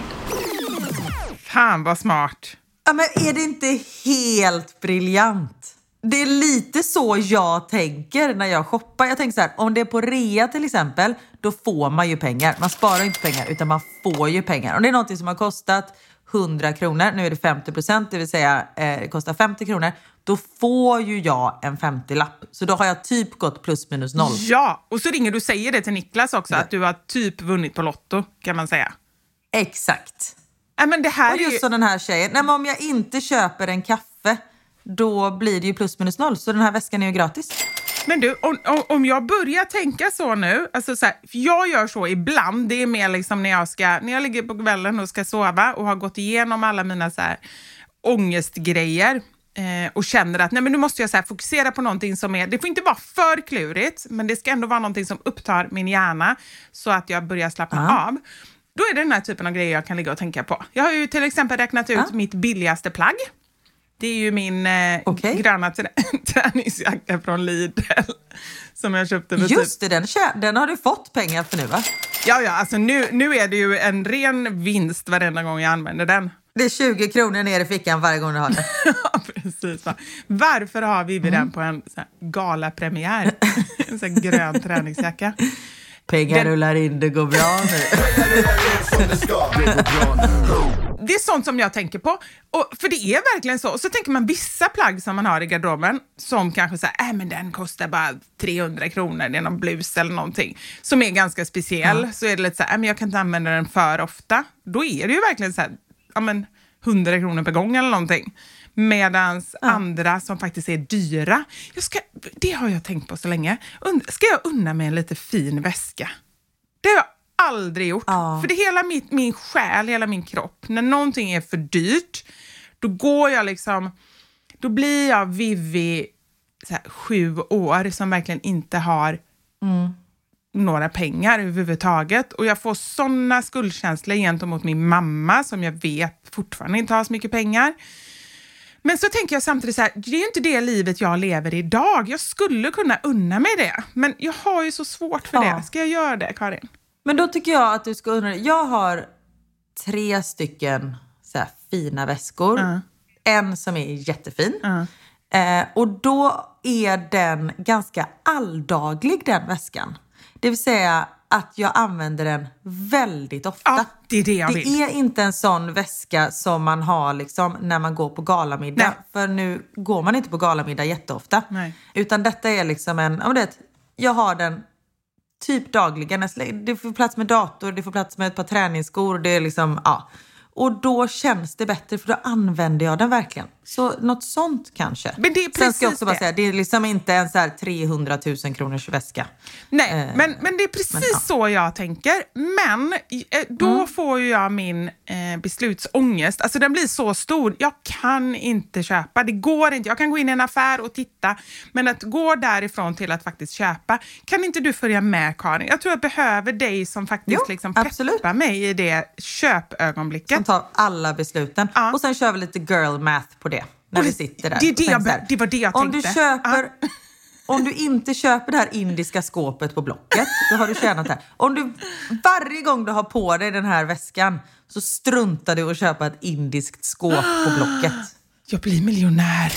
[SPEAKER 2] Fan vad smart.
[SPEAKER 1] Ja, men är det inte helt briljant? Det är lite så jag tänker när jag shoppar. Jag tänker så här, om det är på rea till exempel, då får man ju pengar. Man sparar inte pengar, utan man får ju pengar. Om det är något som har kostat hundra kronor, nu är det femtio procent, det vill säga eh, det kostar femtio kronor, då får ju jag en femtio-lapp. Så då har jag typ gått plus minus noll.
[SPEAKER 2] Ja, och så ringer du och säger det till Niklas också, ja. Att du har typ vunnit på Lotto, kan man säga.
[SPEAKER 1] Exakt.
[SPEAKER 2] Äh, men det här
[SPEAKER 1] och just
[SPEAKER 2] är ju...
[SPEAKER 1] så den här tjejen, nej, men om jag inte köper en kaffe, då blir det ju plus minus noll. Så den här väskan är ju gratis.
[SPEAKER 2] Men du, om, om jag börjar tänka så nu, alltså så här, för jag gör så ibland, det är mer liksom när jag ska, när jag ligger på kvällen och ska sova och har gått igenom alla mina så här ångestgrejer eh, och känner att nej, men nu måste jag så här fokusera på någonting som är, det får inte vara för klurigt, men det ska ändå vara någonting som upptar min hjärna så att jag börjar slappna uh-huh. av. Då är det den här typen av grejer jag kan ligga och tänka på. Jag har ju till exempel räknat ut uh-huh. mitt billigaste plagg. Det är ju min eh, okay. gröna trä- träningsjacka från Lidl som jag köpte.
[SPEAKER 1] Just det, den, den har du fått pengar för nu, va?
[SPEAKER 2] Ja, ja, alltså nu, nu är det ju en ren vinst varenda gång jag använder den.
[SPEAKER 1] Det är tjugo kronor ner i fickan varje gång du har den.
[SPEAKER 2] Ja, precis. Va? Varför har vi mm. den på en så här galapremiär? En sån här grön träningsjacka.
[SPEAKER 1] Pengar den... rullar in, det går bra nu.
[SPEAKER 2] Det är sånt som jag tänker på. Och, för det är verkligen så. Och så tänker man vissa plagg som man har i garderoben som kanske säger, äh men den kostar bara trehundra kronor. Det är någon blus eller någonting. Som är ganska speciell. Mm. Så är det lite så här, äh men jag kan inte använda den för ofta. Då är det ju verkligen så här, ja men hundra kronor per gång eller någonting. Medans ja. andra som faktiskt är dyra. Jag ska, det har jag tänkt på så länge. Ska jag unna mig en lite fin väska? Det har jag aldrig gjort. Ja. För det hela min, min själ, hela min kropp. När någonting är för dyrt, då går jag liksom, då blir jag Vivi så här, sju år som verkligen inte har mm. några pengar överhuvudtaget. Och jag får sådana skuldkänslor gentemot min mamma som jag vet fortfarande inte har så mycket pengar. Men så tänker jag samtidigt så här, det är ju inte det livet jag lever idag. Jag skulle kunna unna mig det. Men jag har ju så svårt för ja. det. Ska jag göra det, Karin?
[SPEAKER 1] Men då tycker jag att du ska unna dig. Jag har tre stycken så här fina väskor. Uh. En som är jättefin. Uh. Eh, och då är den ganska alldaglig, den väskan. Det vill säga att jag använder den väldigt ofta.
[SPEAKER 2] Ja, det är det jag
[SPEAKER 1] det
[SPEAKER 2] vill.
[SPEAKER 1] är inte en sån väska som man har liksom när man går på galamiddag. Nej. För nu går man inte på galamiddag jätteofta. Nej. Utan detta är liksom en... Ja, det, jag har den typ dagligen. Det får plats med dator, det får plats med ett par träningsskor. Det är liksom... Ja. Och då känns det bättre för då använder jag den verkligen. Så något sånt kanske.
[SPEAKER 2] Men det är precis
[SPEAKER 1] Sen ska jag också bara
[SPEAKER 2] det.
[SPEAKER 1] säga, det är liksom inte en så här trehundratusen kronors väska.
[SPEAKER 2] Nej,
[SPEAKER 1] eh,
[SPEAKER 2] men, men det är precis men, ja. så jag tänker. Men eh, då mm. får ju jag min eh, beslutsångest. Alltså den blir så stor. Jag kan inte köpa. Det går inte. Jag kan gå in i en affär och titta. Men att gå därifrån till att faktiskt köpa. Kan inte du följa med, Karin? Jag tror jag behöver dig som faktiskt jo, liksom peppar mig i det köpögonblicket.
[SPEAKER 1] Som tar alla besluten. Ja. Och sen kör vi lite girl math på det. När
[SPEAKER 2] det,
[SPEAKER 1] vi sitter där.
[SPEAKER 2] Det, det, jag, det var det jag
[SPEAKER 1] om
[SPEAKER 2] tänkte.
[SPEAKER 1] Du köper, ja. Om du inte köper det här indiska skåpet på Blocket, då har du tjänat här. Om du varje gång du har på dig den här väskan så struntar du att köpa ett indiskt skåp på Blocket.
[SPEAKER 2] Jag blir miljonär.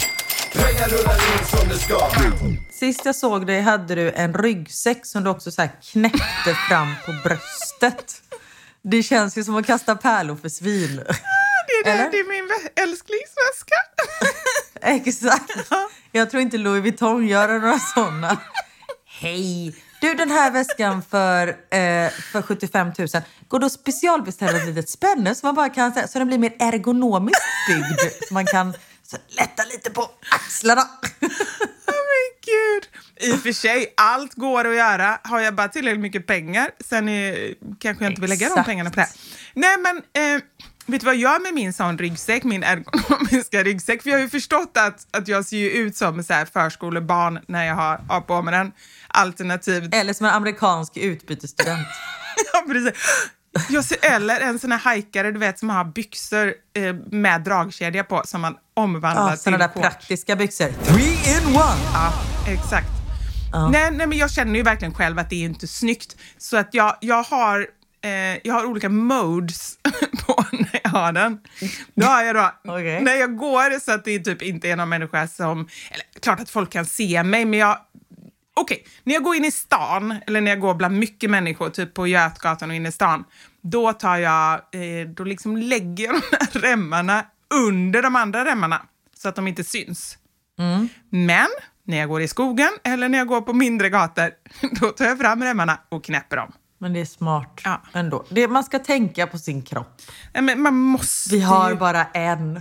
[SPEAKER 1] Sist jag såg dig hade du en ryggsäck som du också så här knäppte fram på bröstet. Det känns ju som att kasta pärlor för svin.
[SPEAKER 2] Det är, det, det är min älsklingsväska.
[SPEAKER 1] Exakt. Jag tror inte Louis Vuitton gör några sådana. Hej. Du, den här väskan för, eh, för sjuttiofem tusen. Går då specialbeställa ett litet spänne så man bara kan säga, så den blir mer ergonomiskt byggd. Så man kan så lätta lite på axlarna.
[SPEAKER 2] Oh men gud. I och för sig, allt går att göra. Har jag bara tillräckligt mycket pengar. Sen är, kanske jag inte vill lägga Exakt. de pengarna på det. Nej men... Eh, vet du vad jag gör med min sån ryggsäck, min ergonomiska ryggsäck? För jag har ju förstått att, att jag ser ju ut som så här förskolebarn när jag har, har på mig den. Alternativt.
[SPEAKER 1] Eller som en amerikansk utbytesstudent.
[SPEAKER 2] Ja, precis. Jag ser, eller en sån här hajkare, du vet, som har byxor eh, med dragkedja på som man omvandlar ja, till
[SPEAKER 1] såna där
[SPEAKER 2] kort.
[SPEAKER 1] praktiska byxor. Three in one!
[SPEAKER 2] Ja, exakt. Ja. Nej, nej, men jag känner ju verkligen själv att det är inte snyggt. Så att jag, jag har... Eh, jag har olika modes på när jag har den. Då har jag då, okay. när jag går så att det typ inte är någon människa som, eller klart att folk kan se mig, men jag, okej, okay, när jag går in i stan, eller när jag går bland mycket människor, typ på Götgatan och in i stan, då tar jag, eh, då liksom lägger jag de här remmarna under de andra remmarna, så att de inte syns. Mm. Men när jag går i skogen, eller när jag går på mindre gator, då tar jag fram remmarna och knäpper dem.
[SPEAKER 1] Men det är smart ja. ändå. Det, man ska tänka på sin kropp.
[SPEAKER 2] Ja, men man måste
[SPEAKER 1] Vi har ju... bara en.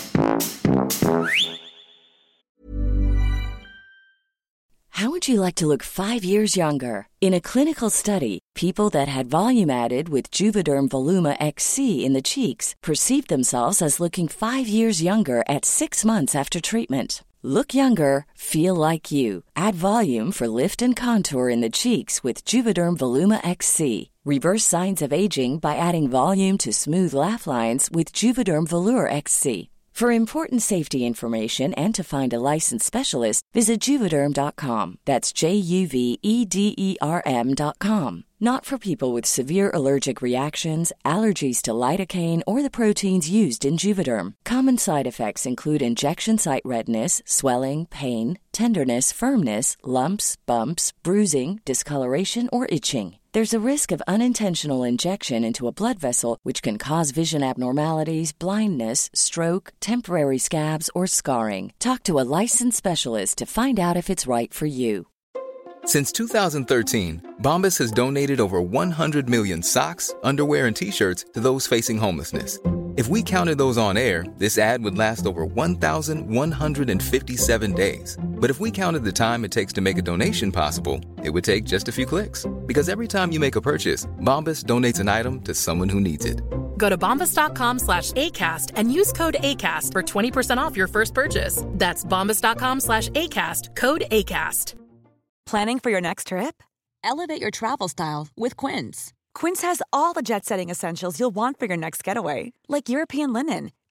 [SPEAKER 4] How would you like to look five years younger? In a clinical study, people that had volume added with Juvederm Voluma X C in the cheeks perceived themselves as looking five years younger at six months after treatment. Look younger, feel like you. Add volume for lift and contour in the cheeks with Juvederm Voluma X C. Reverse signs of aging by adding volume to smooth laugh lines with Juvederm Volure X C. For important safety information and to find a licensed specialist, visit Juvederm dot com. That's J U V E D E R M dot com. Not for people with severe allergic reactions, allergies to lidocaine, or the proteins used in Juvederm. Common side effects include injection site redness, swelling, pain, tenderness, firmness, lumps, bumps, bruising, discoloration, or itching. There's a risk of unintentional injection into a blood vessel, which can cause vision abnormalities, blindness, stroke, temporary scabs, or scarring. Talk to a licensed specialist to find out if it's right for you.
[SPEAKER 10] Since two thousand thirteen, Bombas has donated over one hundred million socks, underwear, and T-shirts to those facing homelessness. If we counted those on air, this ad would last over one thousand one hundred fifty-seven days. But if we counted the time it takes to make a donation possible, it would take just a few clicks. Because every time you make a purchase, Bombas donates an item to someone who needs it.
[SPEAKER 7] Go to bombas dot com slash ACAST and use code ACAST for twenty percent off your first purchase. That's bombas dot com slash ACAST, code ACAST.
[SPEAKER 11] Planning for your next trip? Elevate your travel style with Quince. Quince has all the jet-setting essentials you'll want for your next getaway, like European linen,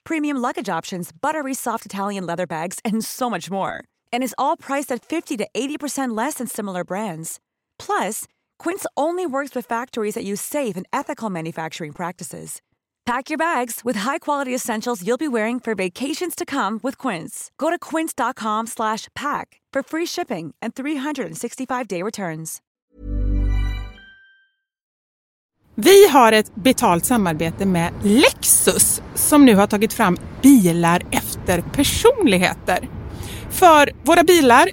[SPEAKER 11] premium luggage options, buttery soft Italian leather bags, and so much more. And is all priced at fifty to eighty percent less than similar brands. Plus, Quince only works with factories that use safe and ethical manufacturing practices. Pack your bags with high-quality essentials you'll be wearing for vacations to come with Quince. Go to quince.com slash pack for free shipping and three sixty-five day returns.
[SPEAKER 2] Vi har ett betalt samarbete med Lexus som nu har tagit fram bilar efter personligheter. För våra bilar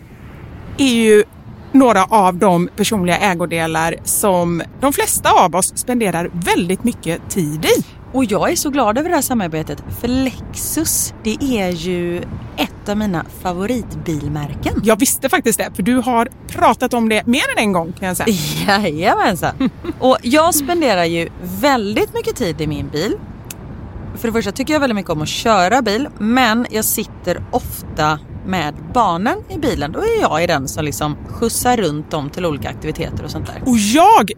[SPEAKER 2] är ju några av de personliga ägodelar som de flesta av oss spenderar väldigt mycket tid i.
[SPEAKER 1] Och jag är så glad över det här samarbetet, för Lexus, det är ju ett av mina favoritbilmärken.
[SPEAKER 2] Jag visste faktiskt det, för du har pratat om det mer än en gång, kan jag säga.
[SPEAKER 1] Jajamensan. Och jag spenderar ju väldigt mycket tid i min bil. För det första tycker jag väldigt mycket om att köra bil, men jag sitter ofta med barnen i bilen. Då är jag i den som liksom skjutsar runt dem till olika aktiviteter och sånt där.
[SPEAKER 2] Och jag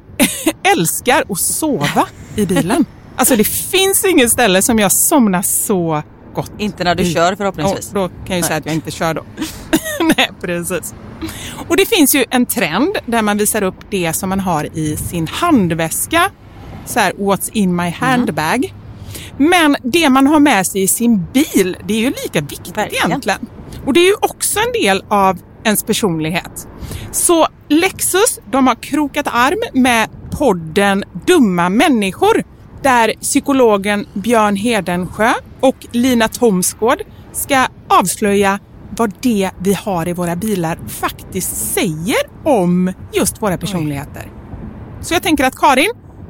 [SPEAKER 2] älskar att sova i bilen. Alltså det finns inget ställe som jag somnar så gott.
[SPEAKER 1] Inte när du
[SPEAKER 2] i.
[SPEAKER 1] kör förhoppningsvis.
[SPEAKER 2] Och då kan jag ju säga att jag inte kör då. Nej, precis. Och det finns ju en trend där man visar upp det som man har i sin handväska. Så här, what's in my handbag. Mm. Men det man har med sig i sin bil, det är ju lika viktigt Verkligen. egentligen. Och det är ju också en del av ens personlighet. Så Lexus, de har krokat arm med podden Dumma människor, där psykologen Björn Hedensjö och Lina Thomsgård ska avslöja vad det vi har i våra bilar faktiskt säger om just våra personligheter. Oj. Så jag tänker att Karin,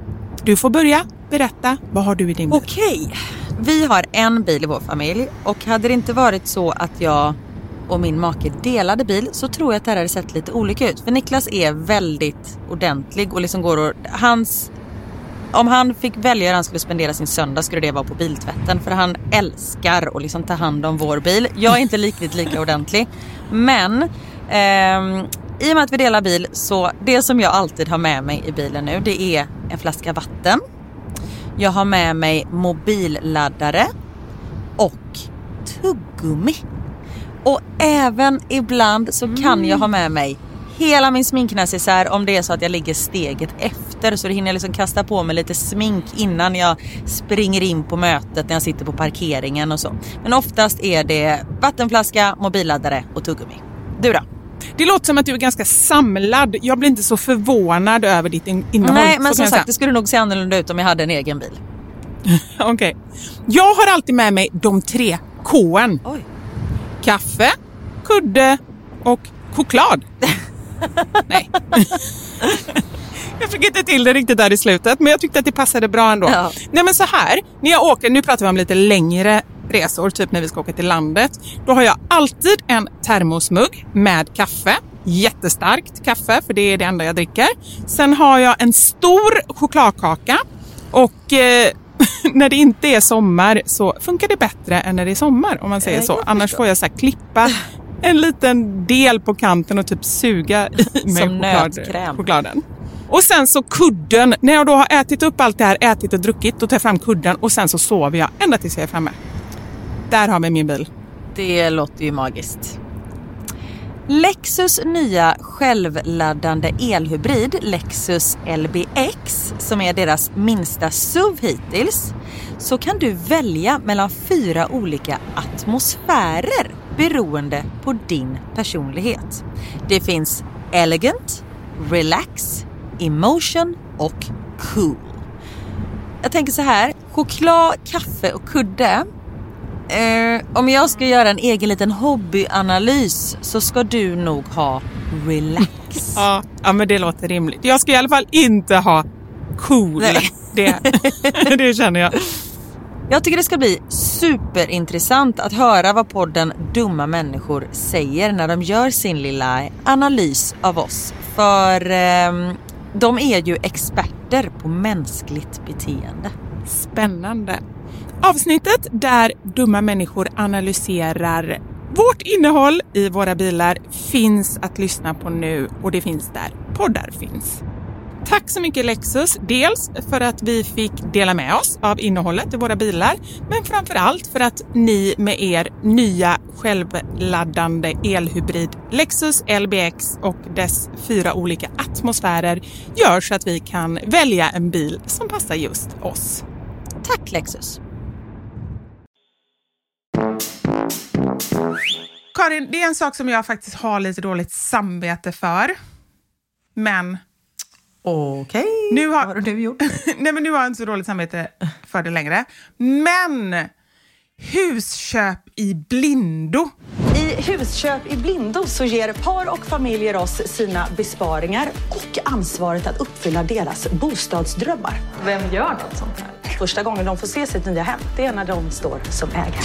[SPEAKER 2] du får börja berätta, vad har du i din bil?
[SPEAKER 1] Okej, vi har en bil i vår familj, och hade det inte varit så att jag och min make delade bil, så tror jag att det här hade sett lite olika ut. För Niklas är väldigt ordentlig och liksom går och hans... Om han fick välja hur han skulle spendera sin söndag, skulle det vara på biltvätten. För han älskar att liksom ta hand om vår bil. Jag är inte riktigt lika ordentlig. Men eh, i och med att vi delar bil, så det som jag alltid har med mig i bilen nu, det är en flaska vatten. Jag har med mig mobilladdare och tuggummi. Och även ibland så kan mm. jag ha med mig hela min sminknäsisär om det är så att jag ligger steget efter, så det hinner jag liksom kasta på mig lite smink innan jag springer in på mötet när jag sitter på parkeringen och så. Men oftast är det vattenflaska, mobilladdare och tuggummi. Du då?
[SPEAKER 2] Det låter som att du är ganska samlad. Jag blir inte så förvånad över ditt innehåll.
[SPEAKER 1] Nej, men som sagt, det skulle nog se annorlunda ut om jag hade en egen bil.
[SPEAKER 2] Okej. Okay. Jag har alltid med mig de tre K:n.
[SPEAKER 1] Oj.
[SPEAKER 2] Kaffe, kudde och choklad. Nej. Jag fick inte till det riktigt där i slutet, men jag tyckte att det passade bra ändå. Ja. Nej, men så här, när jag åker, nu pratar vi om lite längre resor, typ när vi ska åka till landet, då har jag alltid en termosmugg med kaffe. Jättestarkt kaffe, för det är det enda jag dricker. Sen har jag en stor chokladkaka, och eh, när det inte är sommar så funkar det bättre än när det är sommar, om man säger så. Annars får jag så här klippa en liten del på kanten och typ suga i med choklad, chokladen. Och sen så kudden. När jag då har ätit upp allt det här, ätit och druckit, då tar jag fram kudden och sen så sover jag ända tills jag är framme. Där har vi min bil.
[SPEAKER 1] Det låter ju magiskt. Lexus nya självladdande elhybrid Lexus L B X, som är deras minsta S U V hittills, så kan du välja mellan fyra olika atmosfärer beroende på din personlighet. Det finns elegant, relax, emotion och cool. Jag tänker så här, choklad, kaffe och kudde. Eh, om jag ska göra en egen liten hobbyanalys, så ska du nog ha relax.
[SPEAKER 2] Ja, ja, men det låter rimligt. Jag ska i alla fall inte ha cool. Det, det känner jag.
[SPEAKER 1] Jag tycker det ska bli superintressant att höra vad podden Dumma människor säger när de gör sin lilla analys av oss. För eh, de är ju experter på mänskligt beteende.
[SPEAKER 2] Spännande. Avsnittet där dumma människor analyserar vårt innehåll i våra bilar finns att lyssna på nu, och det finns där poddar finns. Tack så mycket Lexus, dels för att vi fick dela med oss av innehållet i våra bilar, men framförallt för att ni med er nya självladdande elhybrid Lexus L B X och dess fyra olika atmosfärer gör så att vi kan välja en bil som passar just oss.
[SPEAKER 12] Tack Lexus!
[SPEAKER 2] Karin, det är en sak som jag faktiskt har lite dåligt samvete för, men...
[SPEAKER 1] Okej,
[SPEAKER 2] nu har...
[SPEAKER 1] vad har du gjort?
[SPEAKER 2] Nej, men nu har jag inte så dåligt samvete för det längre. Men husköp i blindo.
[SPEAKER 13] I Husköp i blindo så ger par och familjer oss sina besparingar och ansvaret att uppfylla deras bostadsdrömmar.
[SPEAKER 9] Vem gör något sånt här?
[SPEAKER 13] Första gången de får se sitt nya hem, det är när de står som ägare.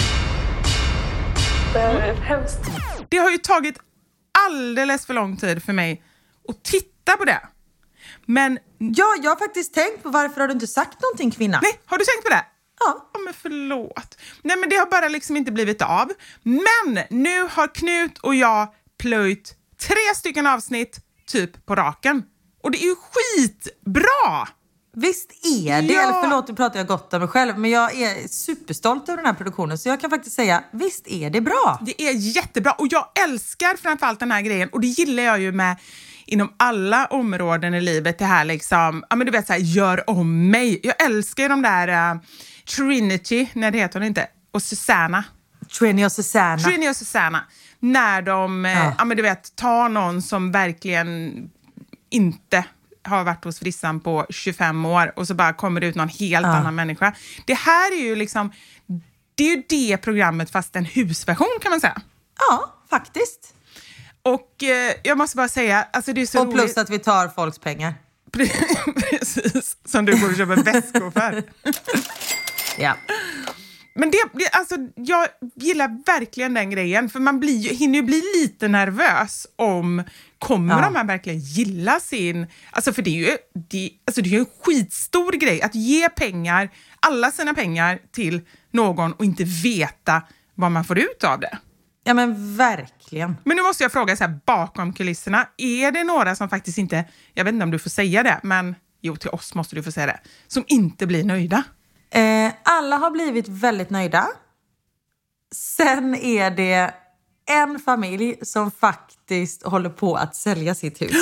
[SPEAKER 9] Det är hemskt.
[SPEAKER 2] Det har ju tagit alldeles för lång tid för mig att titta på det. Men
[SPEAKER 1] ja, jag har faktiskt tänkt på varför har du inte sagt någonting, kvinna?
[SPEAKER 2] Nej, har du tänkt på det?
[SPEAKER 1] Ja.
[SPEAKER 2] Ja, men förlåt. Nej, men det har bara liksom inte blivit av. Men nu har Knut och jag plöjt tre stycken avsnitt typ på raken. Och det är ju skitbra!
[SPEAKER 1] Visst är det,
[SPEAKER 2] ja.
[SPEAKER 1] eller förlåt, nu pratar jag gott om mig själv, men jag är superstolt över den här produktionen, så jag kan faktiskt säga, visst är det bra.
[SPEAKER 2] Det är jättebra och jag älskar framförallt den här grejen, och det gillar jag ju med inom alla områden i livet, det här liksom, ja men du vet så här, gör om mig. Jag älskar ju de där uh, Trinity, när det heter hon inte, och Susanna.
[SPEAKER 1] Trini och Susanna.
[SPEAKER 2] Trini och Susanna. När de, ja. Uh, ja men du vet, tar någon som verkligen inte har varit hos frissan på tjugofem år och så bara kommer det ut någon helt ja. annan människa. Det här är ju liksom, det är ju det programmet fast en husversion kan man säga.
[SPEAKER 1] Ja, faktiskt.
[SPEAKER 2] Och eh, jag måste bara säga, alltså det är så
[SPEAKER 1] och plus
[SPEAKER 2] roligt.
[SPEAKER 1] Att vi tar folks pengar.
[SPEAKER 2] Precis, som du borde köpa väskor för.
[SPEAKER 1] Ja.
[SPEAKER 2] Men det, det, alltså, jag gillar verkligen den grejen. För man blir ju, hinner ju bli lite nervös om, kommer ja. de här verkligen gilla sin... Alltså för det är ju det, alltså det är ju en skitstor grej att ge pengar, alla sina pengar till någon och inte veta vad man får ut av det.
[SPEAKER 1] Ja men verkligen.
[SPEAKER 2] Men nu måste jag fråga så här, bakom kulisserna, är det några som faktiskt inte, jag vet inte om du får säga det, men jo, till oss måste du få säga det, som inte blir nöjda?
[SPEAKER 1] Eh, alla har blivit väldigt nöjda. Sen är det en familj som faktiskt håller på att sälja sitt hus.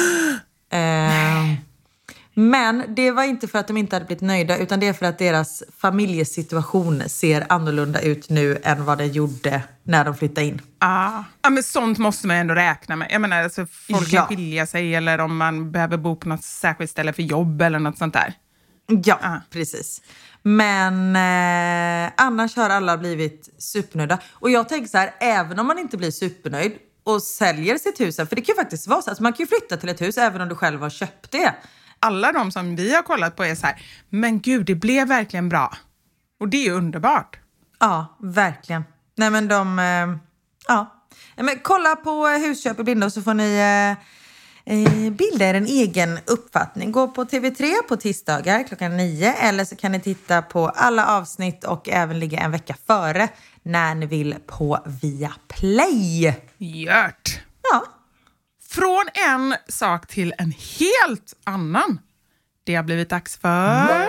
[SPEAKER 1] Eh, men det var inte för att de inte hade blivit nöjda, utan det är för att deras familjesituation ser annorlunda ut nu än vad det gjorde när de flyttade in.
[SPEAKER 2] Ah. Ja, men sånt måste man ändå räkna med. Jag menar, alltså, folk
[SPEAKER 1] ja.
[SPEAKER 2] kan skilja sig eller om man behöver bo på något särskilt ställe för jobb eller något sånt där.
[SPEAKER 1] Ja, ah. precis. Men eh, annars har alla blivit supernöjda. Och jag tänker så här, även om man inte blir supernöjd och säljer sitt hus, för det kan ju faktiskt vara så att man kan ju flytta till ett hus även om du själv har köpt det.
[SPEAKER 2] Alla de som vi har kollat på är så här, men gud, det blev verkligen bra. Och det är ju underbart.
[SPEAKER 1] Ja, verkligen. Nej men de, eh, ja. Men kolla på Husköp i blindo så får ni eh, bilda er en egen uppfattning. Gå på T V tre på tisdagar klockan nio, eller så kan ni titta på alla avsnitt och även ligga en vecka före när ni vill på Viaplay.
[SPEAKER 2] Gjort.
[SPEAKER 1] Ja.
[SPEAKER 2] Från en sak till en helt annan. Det har blivit dags för...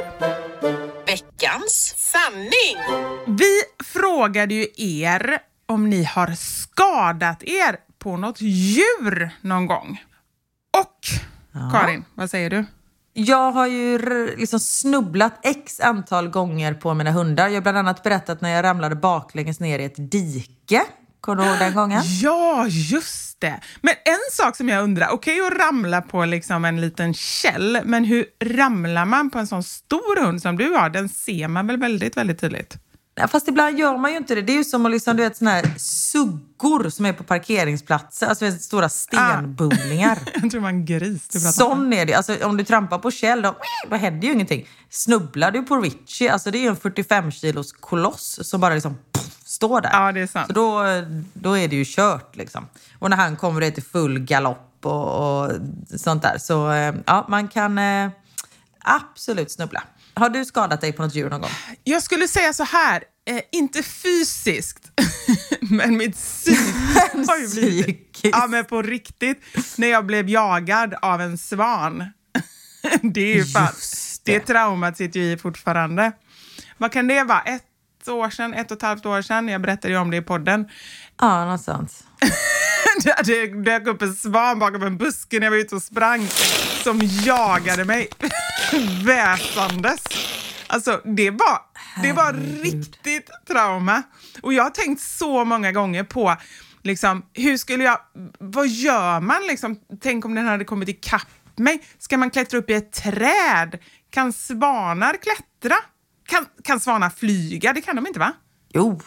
[SPEAKER 12] Veckans sanning!
[SPEAKER 2] Vi frågade ju er om ni har skadat er på något djur någon gång. Och, ja. Karin, vad säger du?
[SPEAKER 1] Jag har ju liksom snubblat x antal gånger på mina hundar. Jag har bland annat berättat när jag ramlade baklänges ner i ett dike. Kommer du ihåg den gången?
[SPEAKER 2] Ja, just det. Men en sak som jag undrar, okej okay, att ramla på liksom en liten käll, men hur ramlar man på en sån stor hund som du har? Den ser man väl väldigt, väldigt tydligt.
[SPEAKER 1] Ja, fast ibland gör man ju inte det. Det är ju som att liksom, du vet, såna här suggor som är på parkeringsplatser. Alltså vet, stora stenbumlingar.
[SPEAKER 2] Ah. Jag tror man gris.
[SPEAKER 1] Sån är det. Alltså om du trampar på käll, då, då händer ju ingenting. Snubblar du på Richie, alltså det är ju en fyrtiofem kilos koloss som bara liksom pff, står där.
[SPEAKER 2] Ja, det är sant.
[SPEAKER 1] Så då, då är det ju kört liksom. Och när han kommer ut i full galopp och, och sånt där. Så ja, man kan eh, absolut snubbla. Har du skadat dig på något djur någon gång?
[SPEAKER 2] Jag skulle säga så här, eh, inte fysiskt, men mitt psyk har ju blivit... Ja, men på riktigt. När jag blev jagad av en svan. Det är ju fan,
[SPEAKER 1] Just det.
[SPEAKER 2] det traumat sitter ju i fortfarande. Vad kan det vara? Ett år sedan, ett och ett halvt år sedan. Jag berättade ju om det i podden.
[SPEAKER 1] Ja, någonstans.
[SPEAKER 2] det, det dök upp en svan bakom en buske när jag var ute och sprang. Som jagade mig. Väsandes. Alltså det var, det var riktigt trauma. Och jag har tänkt så många gånger på liksom, hur skulle jag, vad gör man liksom? Tänk om den hade kommit ikapp mig. Ska man klättra upp i ett träd? Kan svanar klättra? Kan, kan svanar flyga? Det kan de inte, va?
[SPEAKER 1] Jo.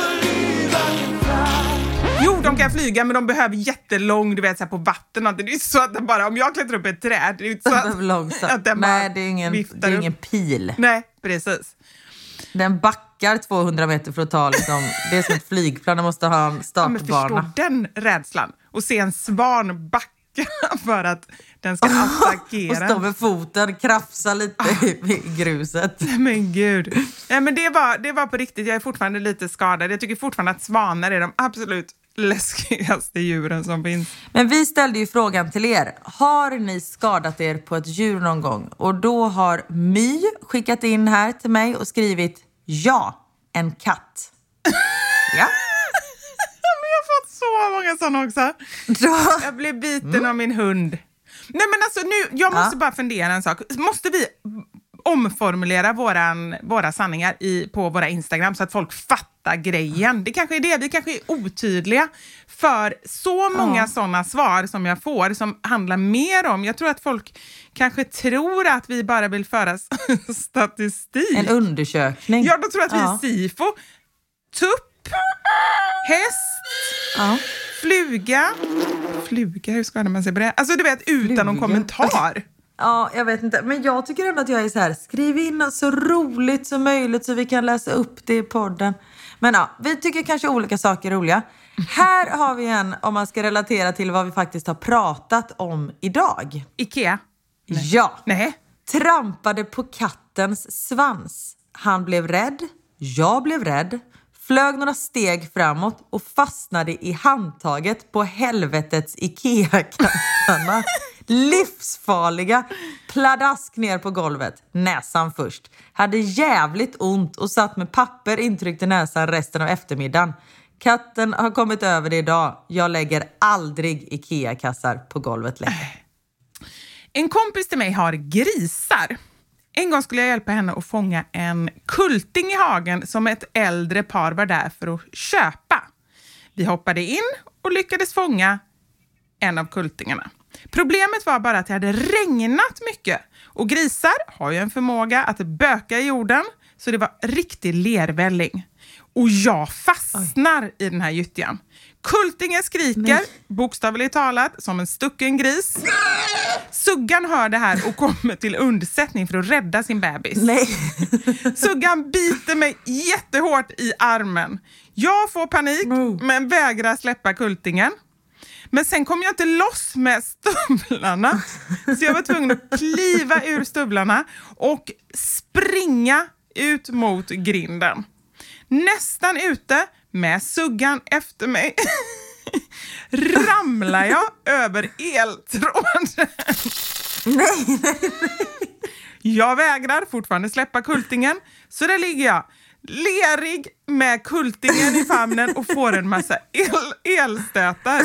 [SPEAKER 2] Jo, de kan flyga, men de behöver jättelång, du vet, så här på vatten. Det är ju så att den bara, om jag klättrar upp i ett träd, det är ju så att, att den bara
[SPEAKER 1] Nej, det är ingen, det är ingen pil.
[SPEAKER 2] Nej, precis.
[SPEAKER 1] Den backar tvåhundra meter för att ta liksom, det är som ett flygplan, den måste ha en startbana.
[SPEAKER 2] Ja, men förstå den rädslan. Och se en svan backa för att den ska attackera.
[SPEAKER 1] Och stå med foten, krafsa lite ah. i gruset.
[SPEAKER 2] Men gud. Ja, men det var, det var på riktigt, jag är fortfarande lite skadad. Jag tycker fortfarande att svanar är de absolut läskigaste djuren som finns.
[SPEAKER 1] Men vi ställde ju frågan till er. Har ni skadat er på ett djur någon gång? Och då har My skickat in här till mig och skrivit ja, en katt. Ja.
[SPEAKER 2] Men jag har fått så många sådana också. Då. Jag blev biten mm. av min hund. Nej men alltså nu, jag måste ja. bara fundera en sak. Måste vi omformulera våran, våra sanningar i, på våra Instagram så att folk fattar grejen? Det kanske är det, vi kanske är otydliga. För så många ja. sådana svar som jag får som handlar mer om, jag tror att folk kanske tror att vi bara vill föra statistik.
[SPEAKER 1] En undersökning.
[SPEAKER 2] Ja, då tror jag att
[SPEAKER 1] ja.
[SPEAKER 2] vi är SIFO. Tupp, häst,
[SPEAKER 1] ja.
[SPEAKER 2] fluga. Fluga, hur skadar man sig på det? Alltså du vet, utan fluga. Någon kommentar.
[SPEAKER 1] Ja, jag vet inte. Men jag tycker ändå att jag är så här, skriv in något så roligt som möjligt så vi kan läsa upp det i podden. Men ja, vi tycker kanske olika saker är roliga. Här har vi en, om man ska relatera till vad vi faktiskt har pratat om idag.
[SPEAKER 2] Ikea?
[SPEAKER 1] Nej. Ja.
[SPEAKER 2] Nej.
[SPEAKER 1] Trampade på kattens svans. Han blev rädd. Jag blev rädd. Flög några steg framåt och fastnade i handtaget på helvetets Ikea-kassarna. Livsfarliga. Pladask ner på golvet. Näsan först. Hade jävligt ont och satt med papper intryckt i näsan resten av eftermiddagen. Katten har kommit över det idag. Jag lägger aldrig Ikea-kassar på golvet längre.
[SPEAKER 2] En kompis till mig har grisar. En gång skulle jag hjälpa henne att fånga en kulting i hagen som ett äldre par var där för att köpa. Vi hoppade in och lyckades fånga en av kultingarna. Problemet var bara att det hade regnat mycket. Och grisar har ju en förmåga att böka i jorden. Så det var riktig lervälling. Och jag fastnar Oj. i den här gyttjan. Kultingen skriker, Nej. bokstavligt talat, som en stucken gris. Suggan hör det här och kommer till undsättning för att rädda sin bebis.
[SPEAKER 1] Nej.
[SPEAKER 2] Suggan biter mig jättehårt i armen. Jag får panik, no. men vägrar släppa kultingen. Men sen kom jag inte loss med stövlarna. Så jag var tvungen att kliva ur stövlarna och springa ut mot grinden. Nästan ute med suggan efter mig ramlar jag över eltråden.
[SPEAKER 1] Nej, nej, nej.
[SPEAKER 2] Jag vägrar fortfarande släppa kultingen. Så där ligger jag, lerig med kultingen i famnen och får en massa el- elstötar.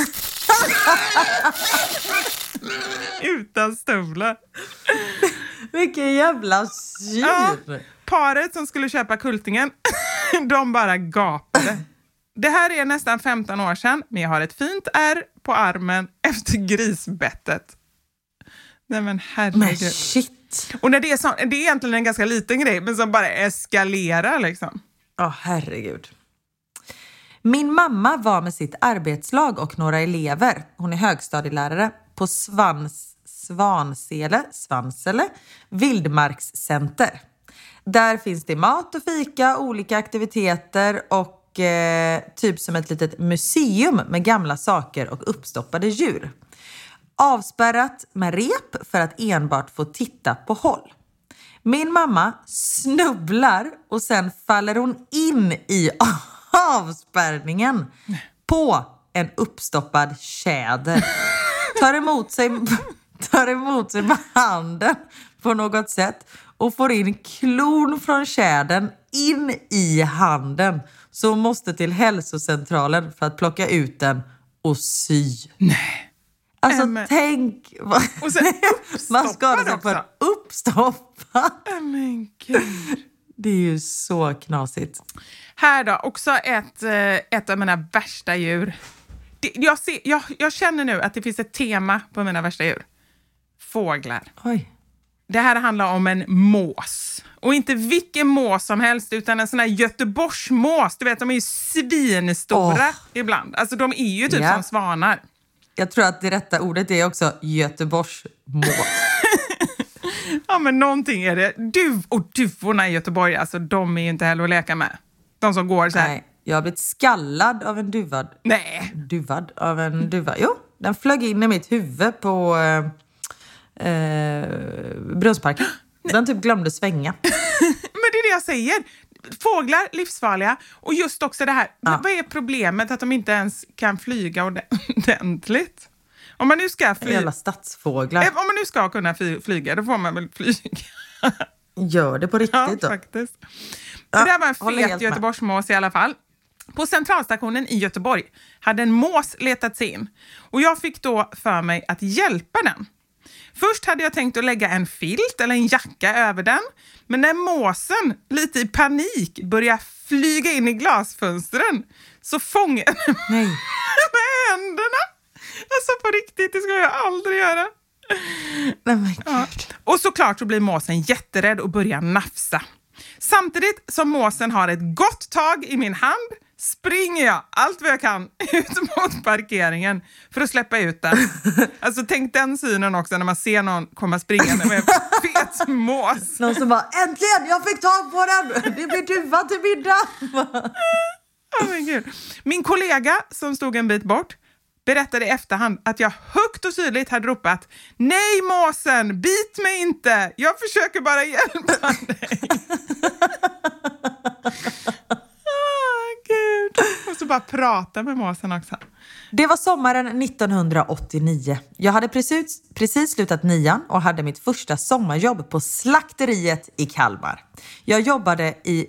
[SPEAKER 2] Utan stövlar.
[SPEAKER 1] Vilken jävla syr.
[SPEAKER 2] Ja, paret som skulle köpa kultingen, de bara gapade. Det här är nästan femton år sedan, men jag har ett fint ärr på armen efter grisbettet. Nej men herregud.
[SPEAKER 1] Men shit.
[SPEAKER 2] Och när det är så, det är egentligen en ganska liten grej, men som bara eskalerar liksom.
[SPEAKER 1] Ja, oh, herregud. Min mamma var med sitt arbetslag och några elever, hon är högstadielärare, på Svans, Svansele, Svansele Vildmarkscenter. Där finns det mat och fika, olika aktiviteter och eh, typ som ett litet museum med gamla saker och uppstoppade djur. Avspärrat med rep för att enbart få titta på håll. Min mamma snubblar och sen faller hon in i avspärrningen på en uppstoppad tjäder. Tar emot sig, tar emot sig med handen på något sätt och får in klon från tjädern in i handen, så måste till hälsocentralen för att plocka ut den och sy.
[SPEAKER 2] Nej.
[SPEAKER 1] Alltså
[SPEAKER 2] Äm...
[SPEAKER 1] tänk...
[SPEAKER 2] Och sen
[SPEAKER 1] man skadar sig för uppstoppa.
[SPEAKER 2] Men gud.
[SPEAKER 1] Det är ju så knasigt.
[SPEAKER 2] Här då, också ett, ett av mina värsta djur. Det, jag, ser, jag, jag känner nu att det finns ett tema på mina värsta djur. Fåglar.
[SPEAKER 1] Oj.
[SPEAKER 2] Det här handlar om en mås. Och inte vilken mås som helst, utan en sån här Göteborgsmås. Du vet, de är ju svinstora oh. ibland. Alltså de är ju typ yeah. som svanar.
[SPEAKER 1] Jag tror att det rätta ordet är också Göteborgsmås.
[SPEAKER 2] Ja, men någonting är det. Duv, och duvorna i Göteborg, alltså de är ju inte heller att leka med. De som går så här. Nej,
[SPEAKER 1] jag har blivit skallad av en duvad.
[SPEAKER 2] Nej.
[SPEAKER 1] Duvad av en duva. Jo, den flög in i mitt huvud på eh, eh, Brunnsparken. Den typ glömde svänga.
[SPEAKER 2] Men det är det jag säger. Fåglar, livsfarliga. Och just också det här. Ja. Vad är problemet att de inte ens kan flyga ordentligt? Om man nu ska flyga.
[SPEAKER 1] Jävla stadsfåglar.
[SPEAKER 2] Om man nu ska kunna flyga, då får man väl flyga.
[SPEAKER 1] Gör det på riktigt
[SPEAKER 2] ja,
[SPEAKER 1] då.
[SPEAKER 2] Faktiskt.
[SPEAKER 1] Ja,
[SPEAKER 2] det där var en fet Göteborgsmås i alla fall. På centralstationen i Göteborg hade en mås letat sig in. Och jag fick då för mig att hjälpa den. Först hade jag tänkt att lägga en filt eller en jacka över den. Men när måsen lite i panik började flyga in i glasfönstren så fångade den
[SPEAKER 1] Nej.
[SPEAKER 2] med händerna. Alltså på riktigt, det ska jag aldrig göra.
[SPEAKER 1] Nej, men
[SPEAKER 2] ja. Och såklart så blir måsen jätterädd och börjar nafsa. Samtidigt som måsen har ett gott tag i min hand springer jag allt vad jag kan ut mot parkeringen för att släppa ut den. Alltså tänk den synen också när man ser någon komma springande med en fet mås.
[SPEAKER 1] Någon som bara, äntligen, jag fick tag på den! Det blir duva till middag!
[SPEAKER 2] Oh my God. Min kollega som stod en bit bort berättade i efterhand att jag högt och tydligt hade ropat: nej måsen, bit mig inte! Jag försöker bara hjälpa dig. Åh, Gud. Jag måste bara prata med måsen också.
[SPEAKER 1] Det var sommaren nittonhundraåttionio. Jag hade precis, precis slutat nian och hade mitt första sommarjobb på slakteriet i Kalmar. Jag jobbade i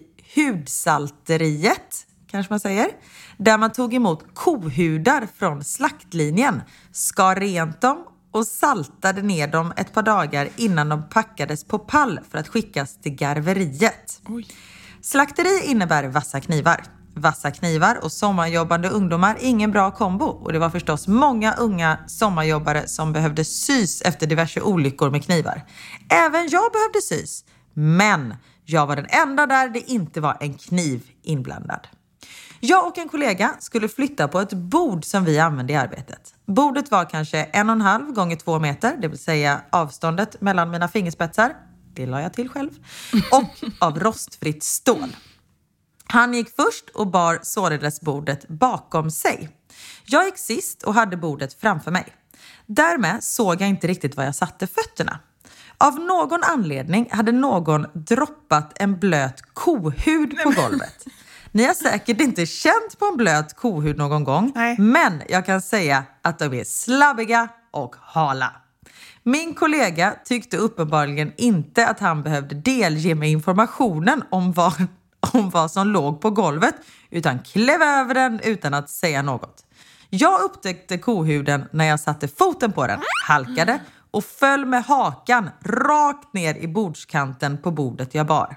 [SPEAKER 1] hudsalteriet, kanske man säger, där man tog emot kohudar från slaktlinjen, skar rent dem och saltade ner dem ett par dagar innan de packades på pall för att skickas till garveriet.
[SPEAKER 2] Oj.
[SPEAKER 1] Slakteri innebär vassa knivar. Vassa knivar och sommarjobbande ungdomar, ingen bra kombo. Och det var förstås många unga sommarjobbare som behövde sys efter diverse olyckor med knivar. Även jag behövde sys, men jag var den enda där det inte var en kniv inblandad. Jag och en kollega skulle flytta på ett bord som vi använde i arbetet. Bordet var kanske en och en halv gånger två meter, det vill säga avståndet mellan mina fingerspetsar. Det la jag till själv. Och av rostfritt stål. Han gick först och bar således bordet bakom sig. Jag gick sist och hade bordet framför mig. Därmed såg jag inte riktigt var jag satte fötterna. Av någon anledning hade någon droppat en blöt kohud på golvet. Ni har säkert inte känt på en blöt kohud någon gång.
[SPEAKER 2] Nej.
[SPEAKER 1] Men jag kan säga att de är slabbiga och hala. Min kollega tyckte uppenbarligen inte att han behövde delge mig informationen om vad, om vad som låg på golvet, utan klev över den utan att säga något. Jag upptäckte kohuden när jag satte foten på den, halkade och föll med hakan rakt ner i bordskanten på bordet jag bar.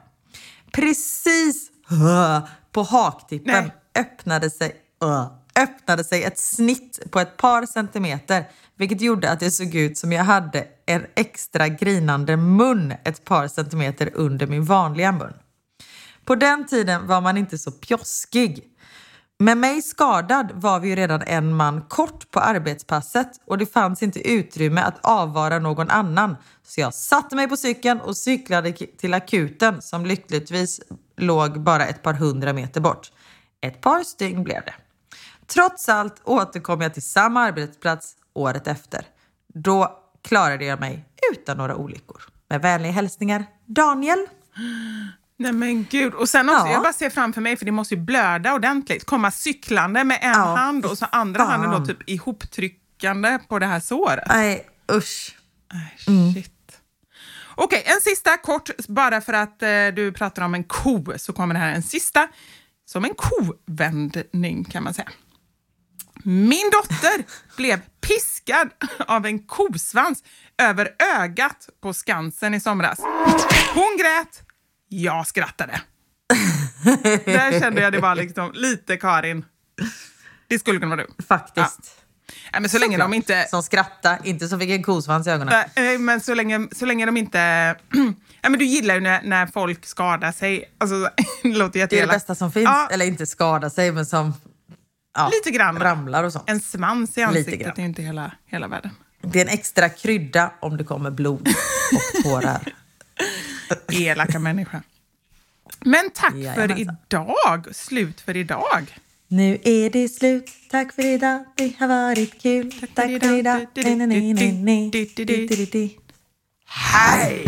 [SPEAKER 1] Precis på haktippen öppnade sig, uh, öppnade sig ett snitt på ett par centimeter, vilket gjorde att det såg ut som jag hade en extra grinande mun ett par centimeter under min vanliga mun. På den tiden var man inte så pjoskig. Med mig skadad var vi ju redan en man kort på arbetspasset och det fanns inte utrymme att avvara någon annan. Så jag satte mig på cykeln och cyklade till akuten som lyckligtvis låg bara ett par hundra meter bort. Ett par stygn blev det. Trots allt återkom jag till samma arbetsplats året efter. Då klarade jag mig utan några olyckor. Med vänliga hälsningar, Daniel.
[SPEAKER 2] Nej men gud. Och sen också, ja. Jag bara ser framför mig, för det måste ju blöda ordentligt. Komma cyklande med en ja, hand och så andra fan. handen då typ ihoptryckande på det här såret.
[SPEAKER 1] Nej, usch.
[SPEAKER 2] Nej, shit. Mm. Okej, en sista kort, bara för att eh, du pratar om en ko, så kommer det här en sista, som en kovändning kan man säga. Min dotter blev piskad av en kosvans över ögat på Skansen i somras. Hon grät, jag skrattade. Där kände jag det var liksom lite Karin. Det skulle kunna vara du.
[SPEAKER 1] Faktiskt.
[SPEAKER 2] Ja. Ja, men så, så länge
[SPEAKER 1] klart.
[SPEAKER 2] De inte...
[SPEAKER 1] Som skratta, inte som fick en kosvans i ögonen.
[SPEAKER 2] Nej, men så länge, så länge de inte... Ja, men du gillar ju när, när folk skadar sig. Alltså, det låter jätteelakt.
[SPEAKER 1] Det är det bästa som finns. Ja. Eller inte skada sig, men som... Ja,
[SPEAKER 2] lite grann.
[SPEAKER 1] Ramlar och sånt.
[SPEAKER 2] En svans i ansiktet är inte hela, hela världen.
[SPEAKER 1] Det är en extra krydda om det kommer blod och tårar.
[SPEAKER 2] Elaka människa. Men tack ja, för idag. Slut för idag.
[SPEAKER 1] Nu är det slut. Tack för idag. Det har varit kul. Tack, tack för idag. Nej, nej, nej, nej, nej.
[SPEAKER 2] Hej!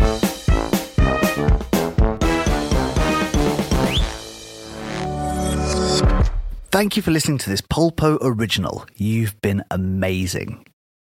[SPEAKER 14] Thank you for listening to this Polpo original. You've been amazing.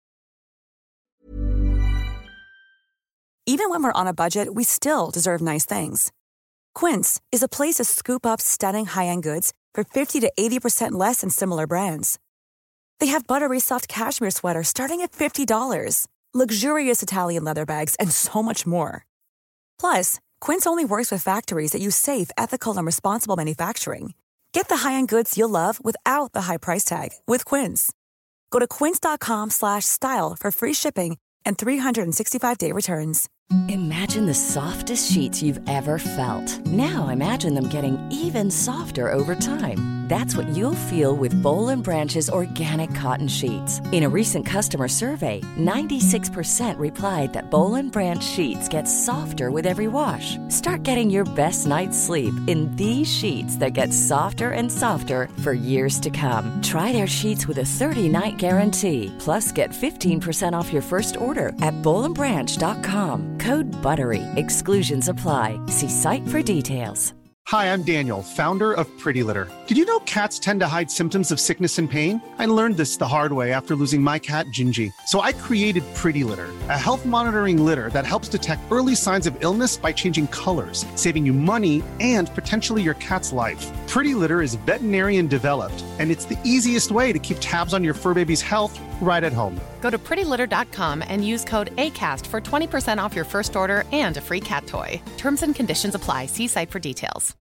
[SPEAKER 11] Even when we're on a budget, we still deserve nice things. Quince is a place to scoop up stunning high-end goods for fifty to eighty percent less than similar brands. They have buttery soft cashmere sweaters starting at fifty dollars, luxurious Italian leather bags, and so much more. Plus, Quince only works with factories that use safe, ethical, and responsible manufacturing. Get the high-end goods you'll love without the high price tag with Quince. Go to quince.com slash style for free shipping and three sixty-five day returns.
[SPEAKER 4] Imagine the softest sheets you've ever felt. Now imagine them getting even softer over time. That's what you'll feel with Boll and Branch's organic cotton sheets. In a recent customer survey, ninety-six percent replied that Boll and Branch sheets get softer with every wash. Start getting your best night's sleep in these sheets that get softer and softer for years to come. Try their sheets with a thirty night guarantee. Plus, get fifteen percent off your first order at boll and branch dot com. Code BUTTERY. Exclusions apply. See site for details.
[SPEAKER 6] Hi, I'm Daniel, founder of Pretty Litter. Did you know cats tend to hide symptoms of sickness and pain? I learned this the hard way after losing my cat, Gingy. So I created Pretty Litter, a health monitoring litter that helps detect early signs of illness by changing colors, saving you money and potentially your cat's life. Pretty Litter is veterinarian developed, and it's the easiest way to keep tabs on your fur baby's health right at home.
[SPEAKER 15] Go to pretty litter dot com and use code ACAST for twenty percent off your first order and a free cat toy. Terms and conditions apply. See site for details.